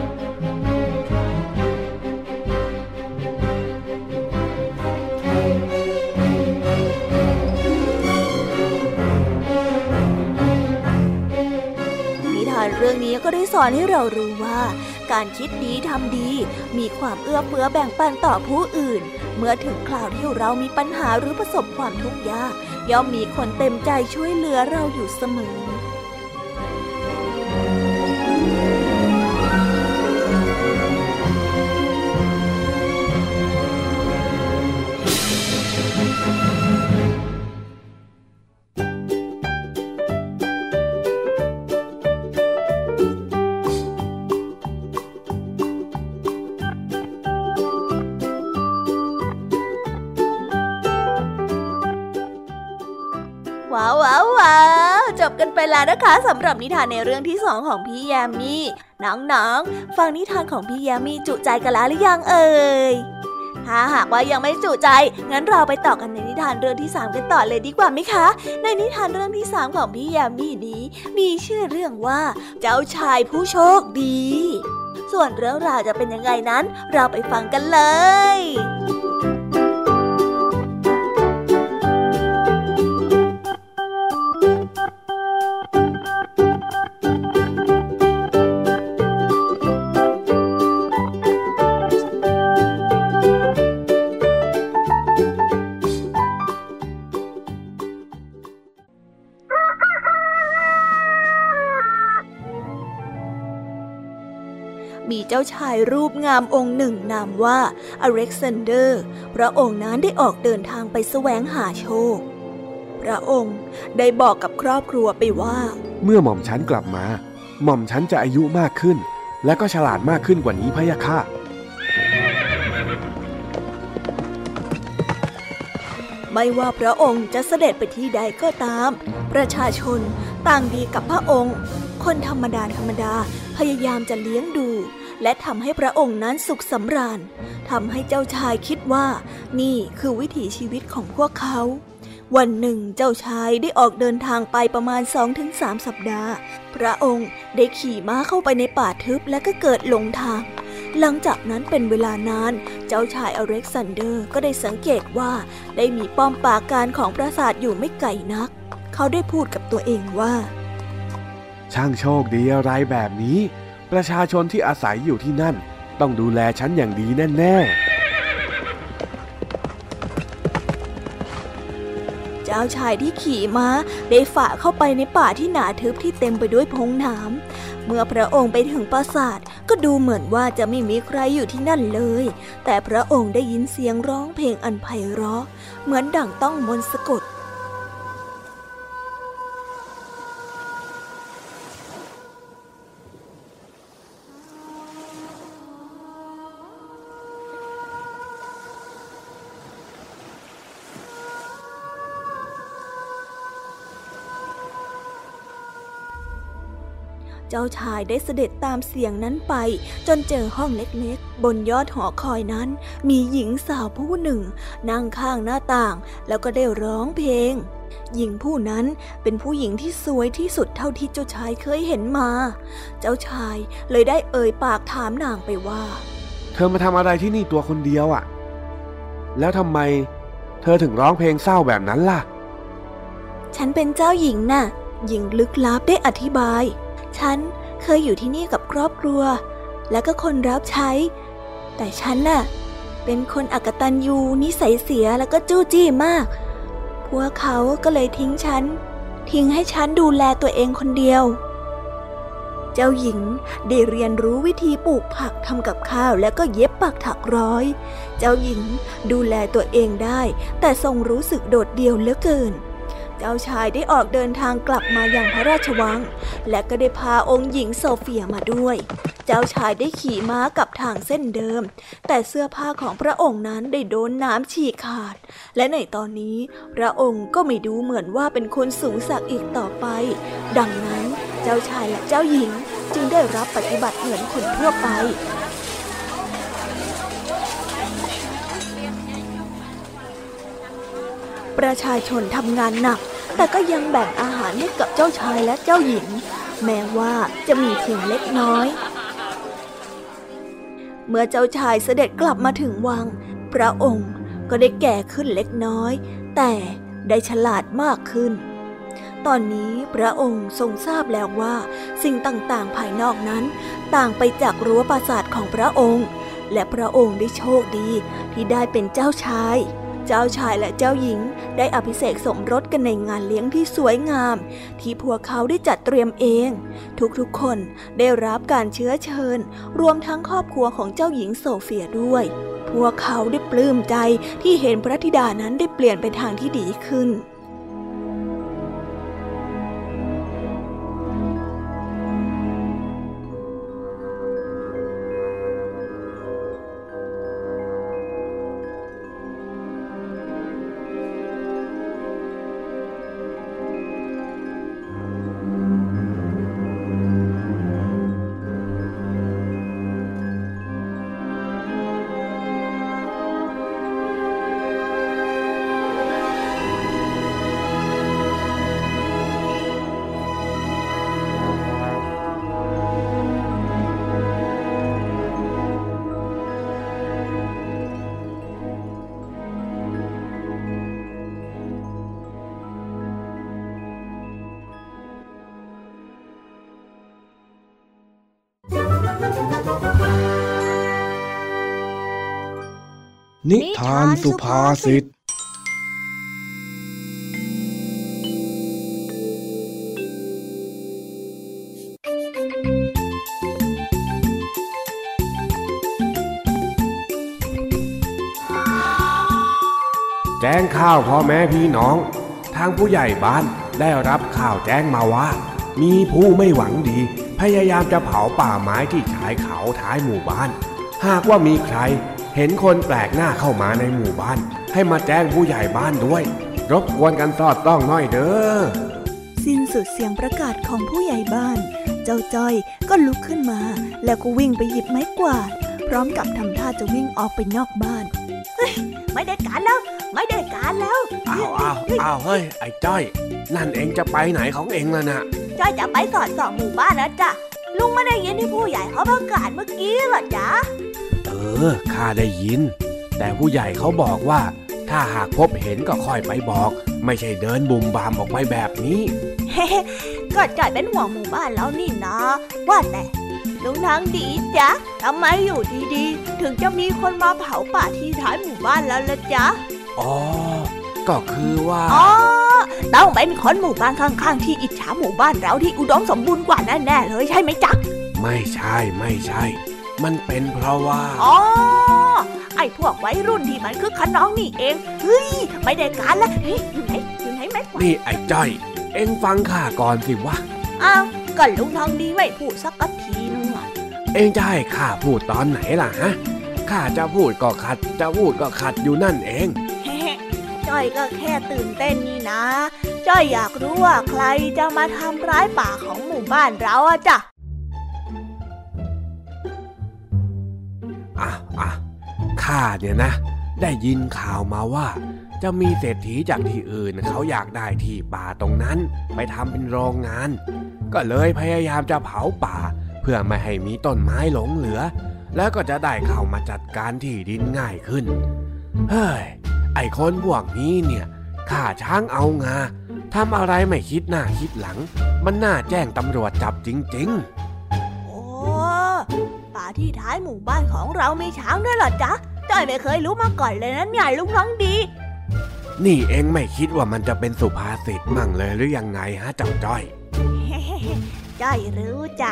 เรื่องนี้ก็ได้สอนให้เรารู้ว่าการคิดดีทำดีมีความเอื้อเฟื้อแบ่งปันต่อผู้อื่นเมื่อถึงคราวที่เรามีปัญหาหรือประสบความทุกข์ยากย่อมมีคนเต็มใจช่วยเหลือเราอยู่เสมอว้าวจบกันไปแล้วนะคะสำหรับนิทานในเรื่องที่2ของพี่แยมมี่น้องๆฟังนิทานของพี่แยมมี่จุใจกันแล้วหรือยังเอ่ยถ้าหากว่ายังไม่จุใจงั้นเราไปต่อกันในนิทานเรื่องที่3กันต่อเลยดีกว่าไหมคะในนิทานเรื่องที่3ของพี่แยมมี่นี้มีชื่อเรื่องว่าเจ้าชายผู้โชคดีส่วนเรื่องราวจะเป็นยังไงนั้นเราไปฟังกันเลยมีเจ้าชายรูปงามองค์หนึ่งนามว่าอเล็กซานเดอร์พระองค์นั้นได้ออกเดินทางไปแสวงหาโชคพระองค์ได้บอกกับครอบครัวไปว่าเมื่อหม่อมฉันกลับมาหม่อมฉันจะอายุมากขึ้นและก็ฉลาดมากขึ้นกว่านี้พะยะค่ะไม่ว่าพระองค์จะเสด็จไปที่ใดก็ตามประชาชนต่างดีกับพระองค์คนธรรมดาพยายามจะเลี้ยงดูและทำให้พระองค์นั้นสุขสำราญทำให้เจ้าชายคิดว่านี่คือวิถีชีวิตของพวกเขาวันหนึ่งเจ้าชายได้ออกเดินทางไปประมาณ 2-3 สัปดาห์พระองค์ได้ขี่ม้าเข้าไปในป่าทึบและก็เกิดหลงทางหลังจากนั้นเป็นเวลานานเจ้าชายอเล็กซานเดอร์ก็ได้สังเกตว่าได้มีป้อมปราการของปราสาทอยู่ไม่ไกลนักเขาได้พูดกับตัวเองว่าช่างโชคดีอะไรแบบนี้ประชาชนที่อาศัยอยู่ที่นั่นต้องดูแลฉันอย่างดีแน่ๆเจ้าชายที่ขี่ม้าได้ฝ่าเข้าไปในป่าที่หนาทึบที่เต็มไปด้วยพงหนามเมื่อพระองค์ไปถึงปราสาทก็ดูเหมือนว่าจะไม่มีใครอยู่ที่นั่นเลยแต่พระองค์ได้ยินเสียงร้องเพลงอันไพเราะเหมือนดั่งต้องมนต์สะกดเจ้าชายได้เสด็จตามเสียงนั้นไปจนเจอห้องเล็กๆบนยอดหอคอยนั้นมีหญิงสาวผู้หนึ่งนั่งข้างหน้าต่างแล้วก็ได้ร้องเพลงหญิงผู้นั้นเป็นผู้หญิงที่สวยที่สุดเท่าที่เจ้าชายเคยเห็นมาเจ้าชายเลยได้เอ่ยปากถามนางไปว่าเธอมาทำอะไรที่นี่ตัวคนเดียวอ่ะแล้วทำไมเธอถึงร้องเพลงเศร้าแบบนั้นล่ะฉันเป็นเจ้าหญิงน่ะหญิงลึกลับได้อธิบายฉันเคยอยู่ที่นี่กับครอบครัวและก็คนรับใช้แต่ฉันน่ะเป็นคนอกตัญญูนิสัยเสียแล้วก็จู้จี้มากพวกเขาก็เลยทิ้งให้ฉันดูแลตัวเองคนเดียวเจ้าหญิงได้เรียนรู้วิธีปลูกผักทำกับข้าวแล้วก็เย็บปักถักร้อยเจ้าหญิงดูแลตัวเองได้แต่ทรงรู้สึกโดดเดี่ยวเหลือเกินเจ้าชายได้ออกเดินทางกลับมายังพระราชวังและก็ได้พาองค์หญิงโซเฟียมาด้วยเจ้าชายได้ขี่ม้ากับทางเส้นเดิมแต่เสื้อผ้าของพระองค์นั้นได้โดนน้ำฉีกขาดและในตอนนี้พระองค์ก็ไม่ดูเหมือนว่าเป็นคนสูงศักดิ์อีกต่อไปดังนั้นเจ้าชายและเจ้าหญิงจึงได้รับปฏิบัติเหมือนคนทั่วไปประชาชนทำงานหนักแต่ก็ยังแบ่งอาหารให้กับเจ้าชายและเจ้าหญิงแม้ว่าจะมีเพียงเล็กน้อยเมื่อเจ้าชายเสด็จกลับมาถึงวังพระองค์ก็ได้แก่ขึ้นเล็กน้อยแต่ได้ฉลาดมากขึ้นตอนนี้พระองค์ทรงทราบแล้วว่าสิ่งต่างๆภายนอกนั้นต่างไปจากรั้วปราสาทของพระองค์และพระองค์ได้โชคดีที่ได้เป็นเจ้าชายและเจ้าหญิงได้อภิเษกสมรสกันในงานเลี้ยงที่สวยงามที่พวกเขาได้จัดเตรียมเองทุกๆคนได้รับการเชื้อเชิญรวมทั้งครอบครัวของเจ้าหญิงโซเฟียด้วยพวกเขาได้ปลื้มใจที่เห็นพระธิดานั้นได้เปลี่ยนไปทางที่ดีขึ้นนิทานสุภาษิตแจ้งข่าวพ่อแม่พี่น้องทางผู้ใหญ่บ้านได้รับข่าวแจ้งมาว่ามีผู้ไม่หวังดีพยายามจะเผาป่าไม้ที่ชายเขาท้ายหมู่บ้านหากว่ามีใครเห็นคนแปลกหน้าเข้ามาในหมู่บ้านให้มาแจ้งผู้ใหญ่บ้านด้วยรบกวนกันสอดต้องหน่อยเด้อสิ้นสุดเสียงประกาศของผู้ใหญ่บ้านเจ้าจ้อยก็ลุกขึ้นมาแล้วก็วิ่งไปหยิบไม้กวาดพร้อมกับทำท่าจะวิ่งออกไปนอกบ้านไม่ได้การแล้วไม่ได้การแล้วอ้าวเฮ้ยไอ้จ้อยนั่นเองจะไปไหนของเองล่ะน่ะจ้อยจะไปสอดส่องหมู่บ้านนะจ๊ะลุงไม่ได้ยินที่ผู้ใหญ่เขาประกาศเมื่อกี้หรอจ๊ะข้าได้ยินแต่ผู้ใหญ่เขาบอกว่าถ้าหากพบเห็นก็ค่อยไปบอกไม่ใช่เดินบุ่มบามออกไปแบบนี้ก็จ้อยเป็นห่วงหมู่บ้านแล้วนี่นะว่าแต่ลุงทางดีจ๊ะทำไมอยู่ดีๆถึงจะมีคนมาเผาป่าที่ท้ายหมู่บ้านแล้วล่ะจ๊ะอ๋อก็คือว่าต้องเป็นคนหมู่บ้านข้างๆที่อิจฉาหมู่บ้านเราที่อุดมสมบูรณ์กว่าแน่ๆเลยใช่ไหมจ๊ะไม่ใช่มันเป็นเพราะว่าไอ้พวกวัยรุ่นที่มันคึกขนองนี่เองเฮ้ยไม่ได้การแล้วอยู่ไหนแม่นี่ไอ้จ้อยเอ็งฟังข้าก่อนสิวะอ้าวก็ลุงทองดีไม่พูดสักทีนึงเอ็งจะให้ข้าพูดตอนไหนล่ะฮะข้าจะพูดก็ขัดจะพูดก็ขัดอยู่นั่นเองจ้อยก็แค่ตื่นเต้นนี่นะจ้อยอยากรู้ว่าใครจะมาทำร้ายป่าของหมู่บ้านเราอะจ้ะข้าเนี่ยนะได้ยินข่าวมาว่าจะมีเศรษฐีจากที่อื่นเขาอยากได้ที่ป่าตรงนั้นไปทำเป็นโรงงานก็เลยพยายามจะเผาป่าเพื่อไม่ให้มีต้นไม้หลงเหลือแล้วก็จะได้เข้ามาจัดการที่ดินง่ายขึ้นเฮ้ยไอ้คนพวกนี้เนี่ยฆ่าช้างเอางาทำอะไรไม่คิดหน้าคิดหลังมันน่าแจ้งตำรวจจับจริงๆโอ้ป่าที่ท้ายหมู่บ้านของเรามีช้างด้วยเหรอจ๊ะจ้อยไม่เคยรู้มาก่อนเลยนะเนี่ยลุงน้องดีนี่เอ็งไม่คิดว่ามันจะเป็นสุภาษิตมั่งเลยหรือยังไงฮะเจ้าจ้อยจ้อยรู้จ้า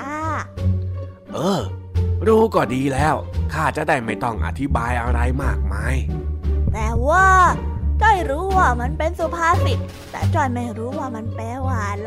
รู้ก็ดีแล้วข้าจะได้ไม่ต้องอธิบายอะไรมากมายแต่ว่าจ้อยรู้ว่ามันเป็นสุภาษิตแต่จ้อยไม่รู้ว่ามันแปลว่าอะไร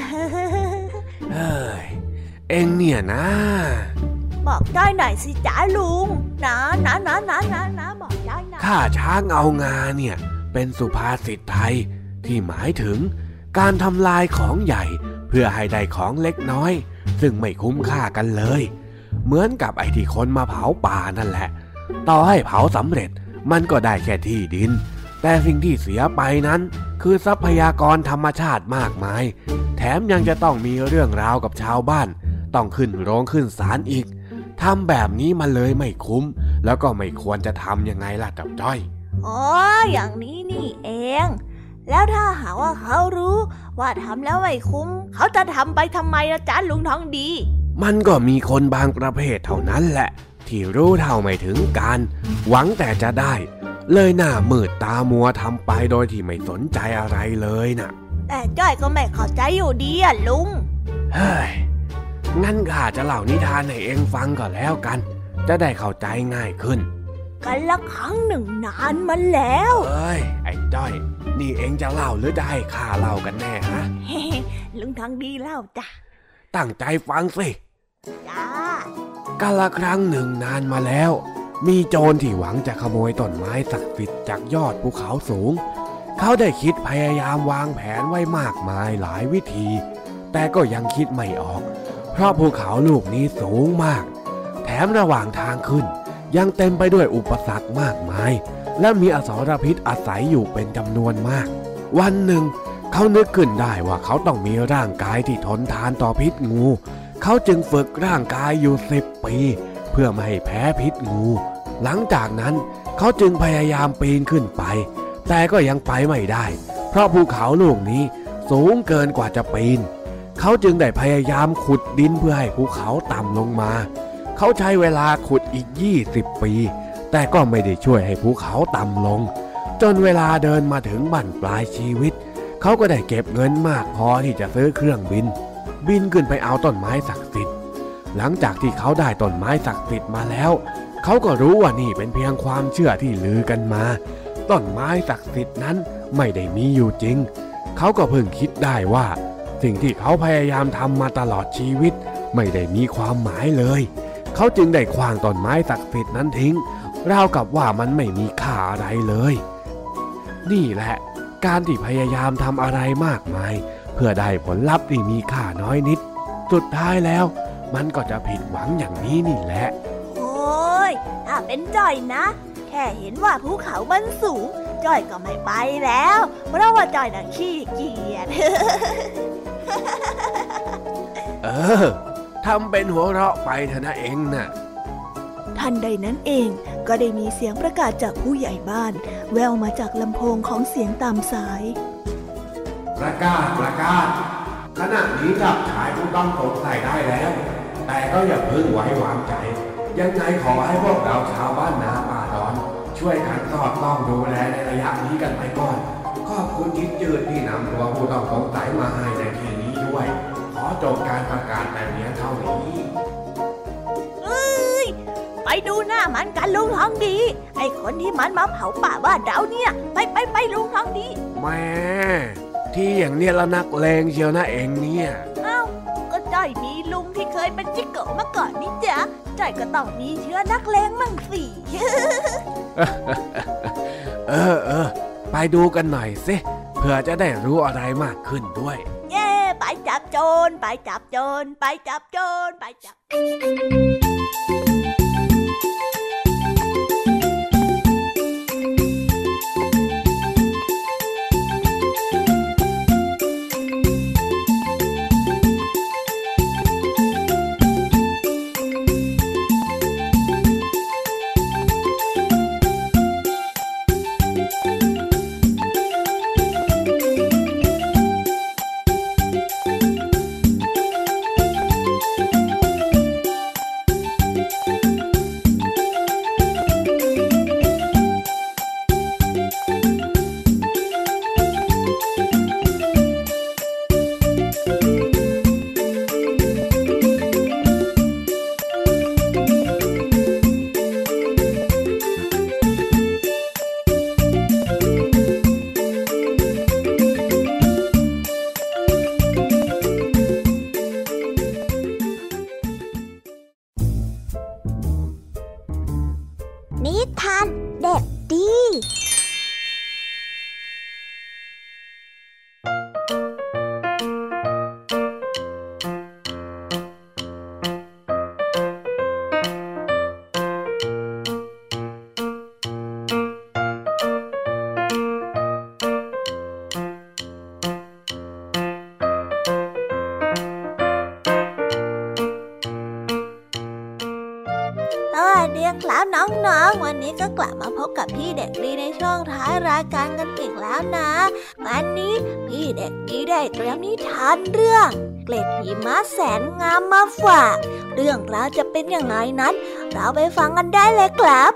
เอ็งเนี่ยนะบอกจ้อยหน่อยสิจ๋าลุงนะบอกจ้อยหน่อยฆ่าช้างเอางาเนี่ยเป็นสุภาษิตไทยที่หมายถึงการทำลายของใหญ่เพื่อให้ได้ของเล็กน้อยซึ่งไม่คุ้มค่ากันเลยเหมือนกับไอ้ที่คนมาเผาป่านั่นแหละต่อให้เผาสำเร็จมันก็ได้แค่ที่ดินแต่สิ่งที่เสียไปนั้นคือทรัพยากรธรรมชาติมากมายแถมยังจะต้องมีเรื่องราวกับชาวบ้านต้องขึ้นโรงขึ้นศาลอีกทำแบบนี้มันเลยไม่คุ้มแล้วก็ไม่ควรจะทำยังไงล่ะจับจ้อยอ๋ออย่างนี้นี่เองแล้วถ้าหากว่าเขารู้ว่าทำแล้วไม่คุ้มเขาจะทำไปทำไมล่ะจ๊ะลุงทองดีมันก็มีคนบางประเภทเท่านั้นแหละที่รู้เท่าไม่ถึงการหวังแต่จะได้เลยหน้ามืดตามัวทำไปโดยที่ไม่สนใจอะไรเลยน่ะแต่จ้อยก็ไม่เข้าใจอยู่ดีอ่ะลุงเฮ้ยงั้นข้าจะเล่านิทานให้เองฟังก็แล้วกันจะได้เข้าใจง่ายขึ้นกันละครั้งหนึ่งนานมาแล้วไอ้จ้อยนี่เองจะเล่าหรือจะให้ข้าเล่ากันแน่ฮะลุงทองดีเล่าจ้ะตั้งใจฟังสิจ้ากันละครั้งหนึ่งนานมาแล้วมีโจรที่หวังจะขโมยต้นไม้ศักดิ์สิทธิ์จากยอดภูเขาสูงเขาได้คิดพยายามวางแผนไว้มากมายหลายวิธีแต่ก็ยังคิดไม่ออกเพราะภูเขาลูกนี้สูงมากแถมระหว่างทางขึ้นยังเต็มไปด้วยอุปสรรคมากมายและมีอสรพิษอาศัยอยู่เป็นจำนวนมากวันหนึ่งเขานึกขึ้นได้ว่าเขาต้องมีร่างกายที่ทนทานต่อพิษงูเขาจึงฝึกร่างกายอยู่10 ปีเพื่อไม่ให้แพ้พิษงูหลังจากนั้นเขาจึงพยายามปีนขึ้นไปแต่ก็ยังไปไม่ได้เพราะภูเขาลูกนี้สูงเกินกว่าจะปีนเขาจึงได้พยายามขุดดินเพื่อให้ภูเขาต่ำลงมาเขาใช้เวลาขุดอีก20 ปีแต่ก็ไม่ได้ช่วยให้ภูเขาต่ำลงจนเวลาเดินมาถึงบั้นปลายชีวิตเขาก็ได้เก็บเงินมากพอที่จะซื้อเครื่องบินขึ้นไปเอาต้นไม้ศักดิ์สิทธิ์หลังจากที่เขาได้ต้นไม้ศักดิ์สิทธิ์มาแล้วเขาก็รู้ว่านี่เป็นเพียงความเชื่อที่ลือกันมาต้นไม้ศักดิ์สิทธิ์นั้นไม่ได้มีอยู่จริงเขาก็เพิ่งคิดได้ว่าสิ่งที่เขาพยายามทำมาตลอดชีวิตไม่ได้มีความหมายเลยเขาจึงได้ขว้างต้นไม้ศักดิ์สิทธิ์นั้นทิ้งราวกับว่ามันไม่มีค่าอะไรเลยนี่แหละการที่พยายามทำอะไรมากมายเพื่อได้ผลลัพธ์ที่มีค่าน้อยนิดสุดท้ายแล้วมันก็จะผิดหวังอย่างนี้นี่แหละโอ้ยถ้าเป็นจ้อยนะแค่เห็นว่าภูเขามันสูงจ้อยก็ไม่ไปแล้วเพราะว่าจ้อยน่ะขี้เกียจทำเป็นหัวเราะไปเถอะนะเองน่ะทันใดนั้นเองก็ได้มีเสียงประกาศจากผู้ใหญ่บ้านแว่วมาจากลำโพงของเสียงตามสายประกาศขณะนี้จับชายผู้ต้องสงสัยได้แล้วแต่ก็อย่าเพิ่งไว้วางใจยังไงขอให้พวกเราชาวบ้านนาป่าดอนช่วยกันสอดส่องดูแลในระยะนี้กันไปก่อนขอบคุณทิศจืดที่นำตัวผู้ต้องสงสัยมาให้ในที่นี้ด้วยขอจบการประกาศแต่เพียงเท่านี้ไปดูหน้ามันกันลุงทองดีไอ้คนที่มันมาเผาป่าบ้านเราเนี่ยไปลุงทองดีแม่ที่อย่างเนี้ยละนักเลงเชียวนะเองเนี่ยก็จ้อยมีลุงที่เคยเป็นจิกโกะมาก่อนนี่จ๊ะจ้อยก็ต้องมีเชื้อนักเลงมั่งสิไปดูกันหน่อยสิเพื่อจะได้รู้อะไรมากขึ้นด้วยเย้ไปจับโจรไปจับโจรไปจับโจรไปจับนิทานเด็กดีครับน้องๆวันนี้ก็กลับมาพบกับพี่เด็กดีในช่วงท้ายรายการกันอีกแล้วนะวันนี้พี่เด็กดีได้เตรียมนิทานเรื่องเกล็ดหิมะแสนงามมาฝากเรื่องราวจะเป็นอย่างไรนั้นเราไปฟังกันได้เลยครับ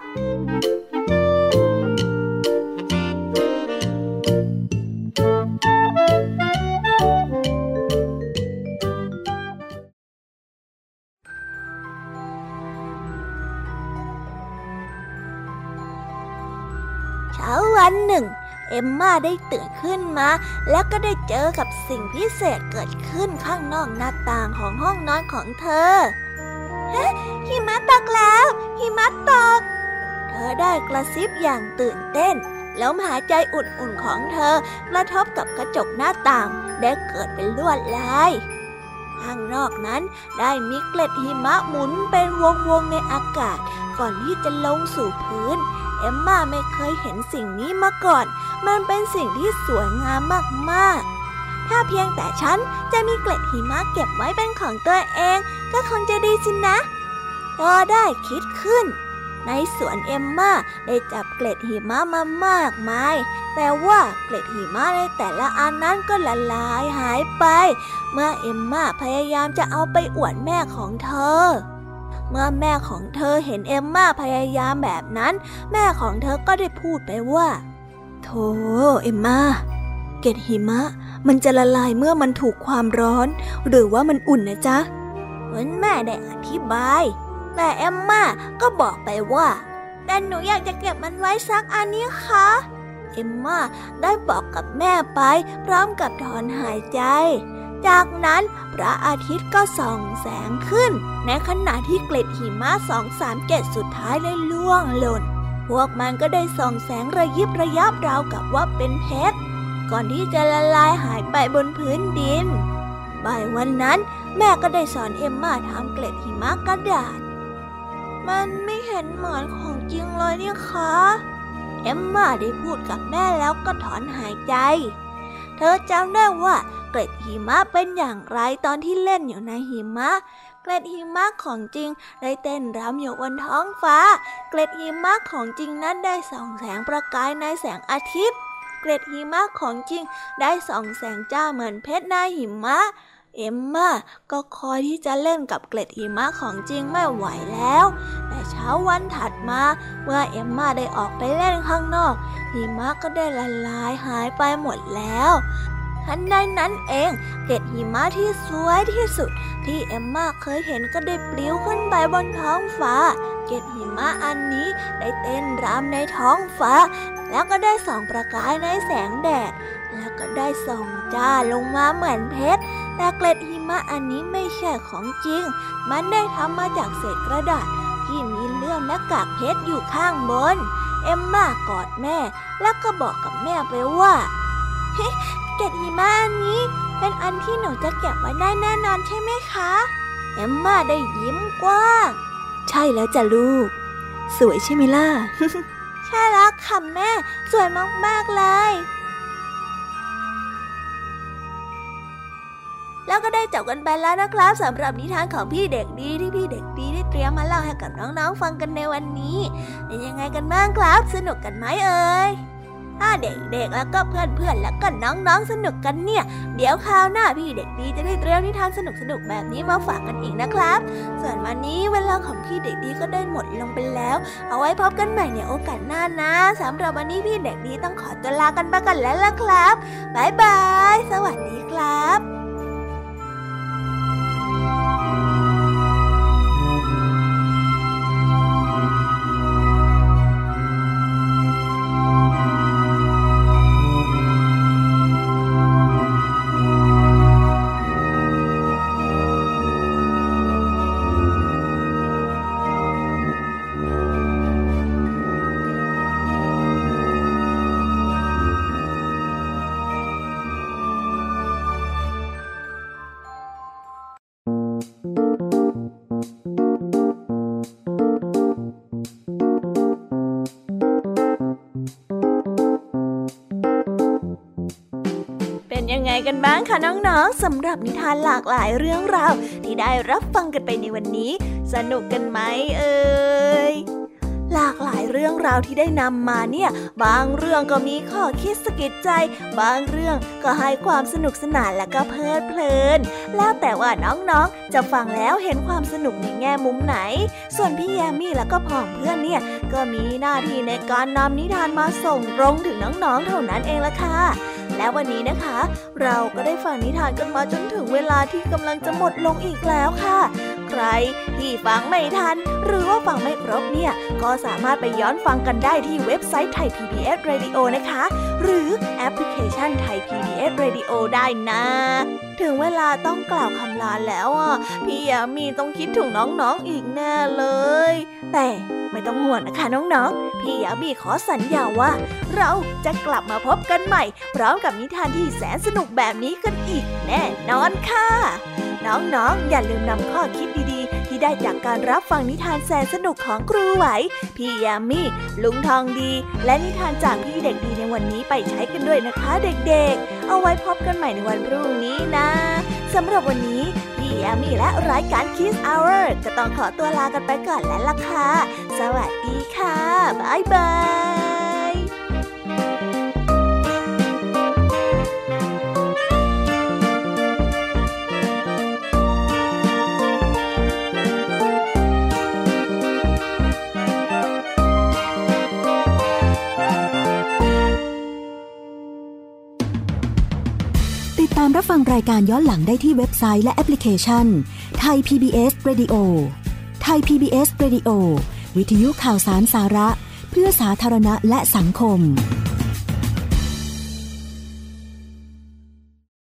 วันหนึ่งเอมม่าได้ตื่นขึ้นมาแล้วก็ได้เจอกับสิ่งพิเศษเกิดขึ้นข้างนอกหน้าต่างของห้องนอนของเธอหิมะตกแล้วหิมะตกเธอได้กระซิบอย่างตื่นเต้นแล้วหายใจอุ่นๆของเธอกระทบกับกระจกหน้าต่างได้เกิดเป็นลวดลายข้างนอกนั้นได้มีเกล็ดหิมะหมุนเป็นวงๆในอากาศก่อนที่จะลงสู่พื้นเอมม่าไม่เคยเห็นสิ่งนี้มาก่อนมันเป็นสิ่งที่สวยงามมากๆถ้าเพียงแต่ฉันจะมีเกล็ดหิมะเก็บไว้เป็นของตัวเองก็คงจะดีสินะเธอได้คิดขึ้นในสวนเอมม่าได้จับเกล็ดหิมะมามากมายแต่ว่าเกล็ดหิมะในแต่ละอันนั้นก็ละลายหายไปเมื่อเอมม่าพยายามจะเอาไปอวดแม่ของเธอเมื่อแม่ของเธอเห็นเอมม่าพยายามแบบนั้นแม่ของเธอก็ได้พูดไปว่าโธ่เอมม่าเกล็ดหิมะมันจะละลายเมื่อมันถูกความร้อนหรือว่ามันอุ่นนะจ๊ะคุณแม่ได้อธิบายแต่เอมม่าก็บอกไปว่าแต่หนูอยากจะเก็บมันไว้สักอันนี้ค่ะเอมม่าได้บอกกับแม่ไปพร้อมกับถอนหายใจจากนั้นพระอาทิตย์ก็ส่องแสงขึ้นในขณะที่เกล็ดหิมะ2-3 เกล็ดสุดท้ายได้ล่วงหล่นพวกมันก็ได้ส่องแสงระยิบระยับราวกับว่าเป็นเพชรก่อนที่จะละลายหายไปบนพื้นดินบ่ายวันนั้นแม่ก็ได้สอนเอมม่าทำเกล็ดหิมะกระดาษมันไม่เห็นเหมือนของจริงเลยนี่คะเอมม่าได้พูดกับแม่แล้วก็ถอนหายใจเธอจำได้ว่าเกล็ดหิมะเป็นอย่างไรตอนที่เล่นอยู่ในหิมะเกล็ดหิมะของจริงได้เต้นรำอยู่บนท้องฟ้าเกล็ดหิมะของจริงนั้นได้ส่องแสงประกายในแสงอาทิตย์เกล็ดหิมะของจริงได้ส่องแสงจ้าเหมือนเพชรในหิมะเอมม่าก็คอยที่จะเล่นกับเกล็ดหิมะของจริงไม่ไหวแล้วแต่เช้าวันถัดมาเมื่อเอมม่าได้ออกไปเล่นข้างนอกหิมะก็ได้ละลายหายไปหมดแล้วทันใดนั้นเองเกล็ดหิมะที่สวยที่สุดที่เอมม่าเคยเห็นก็ได้ปลิวขึ้นไปบนท้องฟ้าเกล็ดหิมะอันนี้ได้เต้นรำในท้องฟ้าแล้วก็ได้ส่องประกายในแสงแดดแล้วก็ได้ส่องจ้าลงมาเหมือนเพชรแต่เกล็ดหิมะอันนี้ไม่ใช่ของจริงมันได้ทำมาจากเศษกระดาษที่มีเลื่อมและกากเพชรอยู่ข้างบนเอมม่ากอดแม่แล้วก็บอกกับแม่ไปว่าเกล็ดหิมะอันนี้เป็นอันที่หนูจะเก็บไว้ได้แน่นอนใช่ไหมคะเอมม่าได้ยิ้มกว้างใช่แล้วจ้ะลูกสวยใช่ไหมล่ะ ใช่แล้วค่ะแม่สวยมากๆเลยแล้วก็ได้จบกันไปแล้วนะครับสำหรับนิทานของพี่เด็กดีที่พี่เด็กดีได้เตรียมมาเล่าให้กับน้องๆฟังกันในวันนี้เป็นยังไงกันบ้างครับสนุกกันไหมเอ่ยถ้าเด็กๆแล้วก็เพื่อนๆแล้วก็น้องๆสนุกกันเนี่ยเดี๋ยวคราวหน้าพี่เด็กดีจะได้เตรียมนิทานสนุกๆแบบนี้มาฝากกันอีกนะครับส่วนวันนี้เวลาของพี่เด็กดีก็ได้หมดลงไปแล้วเอาไว้พบกันใหม่ในโอกาสหน้านะสำหรับวันนี้พี่เด็กดีต้องขอตัวลากันไปก่อนแล้วล่ะครับบ๊ายบายสวัสดีครับยังไงกันบ้างคะน้องๆสำหรับนิทานหลากหลายเรื่องราวที่ได้รับฟังกันไปในวันนี้สนุกกันไหมเอ่ยหลากหลายเรื่องราวที่ได้นำมาเนี่ยบางเรื่องก็มีข้อคิดสะกิดใจบางเรื่องก็ให้ความสนุกสนานและก็เพลิดเพลินแล้วแต่ว่าน้องๆจะฟังแล้วเห็นความสนุกในแง่มุมไหนส่วนพี่แยมมี่และก็พ่องเพื่อนเนี่ยก็มีหน้าที่ในการนำนิทานมาส่งตรงถึงน้องๆเท่านั้นเองล่ะค่ะและวันนี้นะคะเราก็ได้ฟังนิทานกันมาจนถึงเวลาที่กำลังจะหมดลงอีกแล้วค่ะใครที่ฟังไม่ทันหรือว่าฟังไม่ครบเนี่ยก็สามารถไปย้อนฟังกันได้ที่เว็บไซต์ Thai PBS Radio นะคะหรือแอปพลิเคชัน Thai PBS Radio ได้นะถึงเวลาต้องกล่าวคำลาแล้วพี่ยามีต้องคิดถึงน้องๆอีกแน่เลยแต่ไม่ต้องห่วงนะคะน้องๆพี่ยามีขอสัญญาว่าเราจะกลับมาพบกันใหม่พร้อมกับนิทานที่แสนสนุกแบบนี้กันอีกแน่นอนค่ะน้องๆอย่าลืมนำข้อคิดดีๆที่ได้จากการรับฟังนิทานแสนสนุกของครูไหวพี่ยามีลุงทองดีและนิทานจากพี่เด็กดีในวันนี้ไปใช้กันด้วยนะคะเด็กๆเอาไว้พบกันใหม่ในวันพรุ่งนี้นะสำหรับวันนี้พี่ยามีและรายการ Kids Hour ก็ต้องขอตัวลากันไปก่อนแล้วล่ะค่ะสวัสดีค่ะบ๊ายบายติดตามรับฟังรายการย้อนหลังได้ที่เว็บไซต์และแอปพลิเคชัน Thai PBS Radio Thai PBS Radio วิทยุข่าวสารสาระเพื่อสาธารณะและสังคม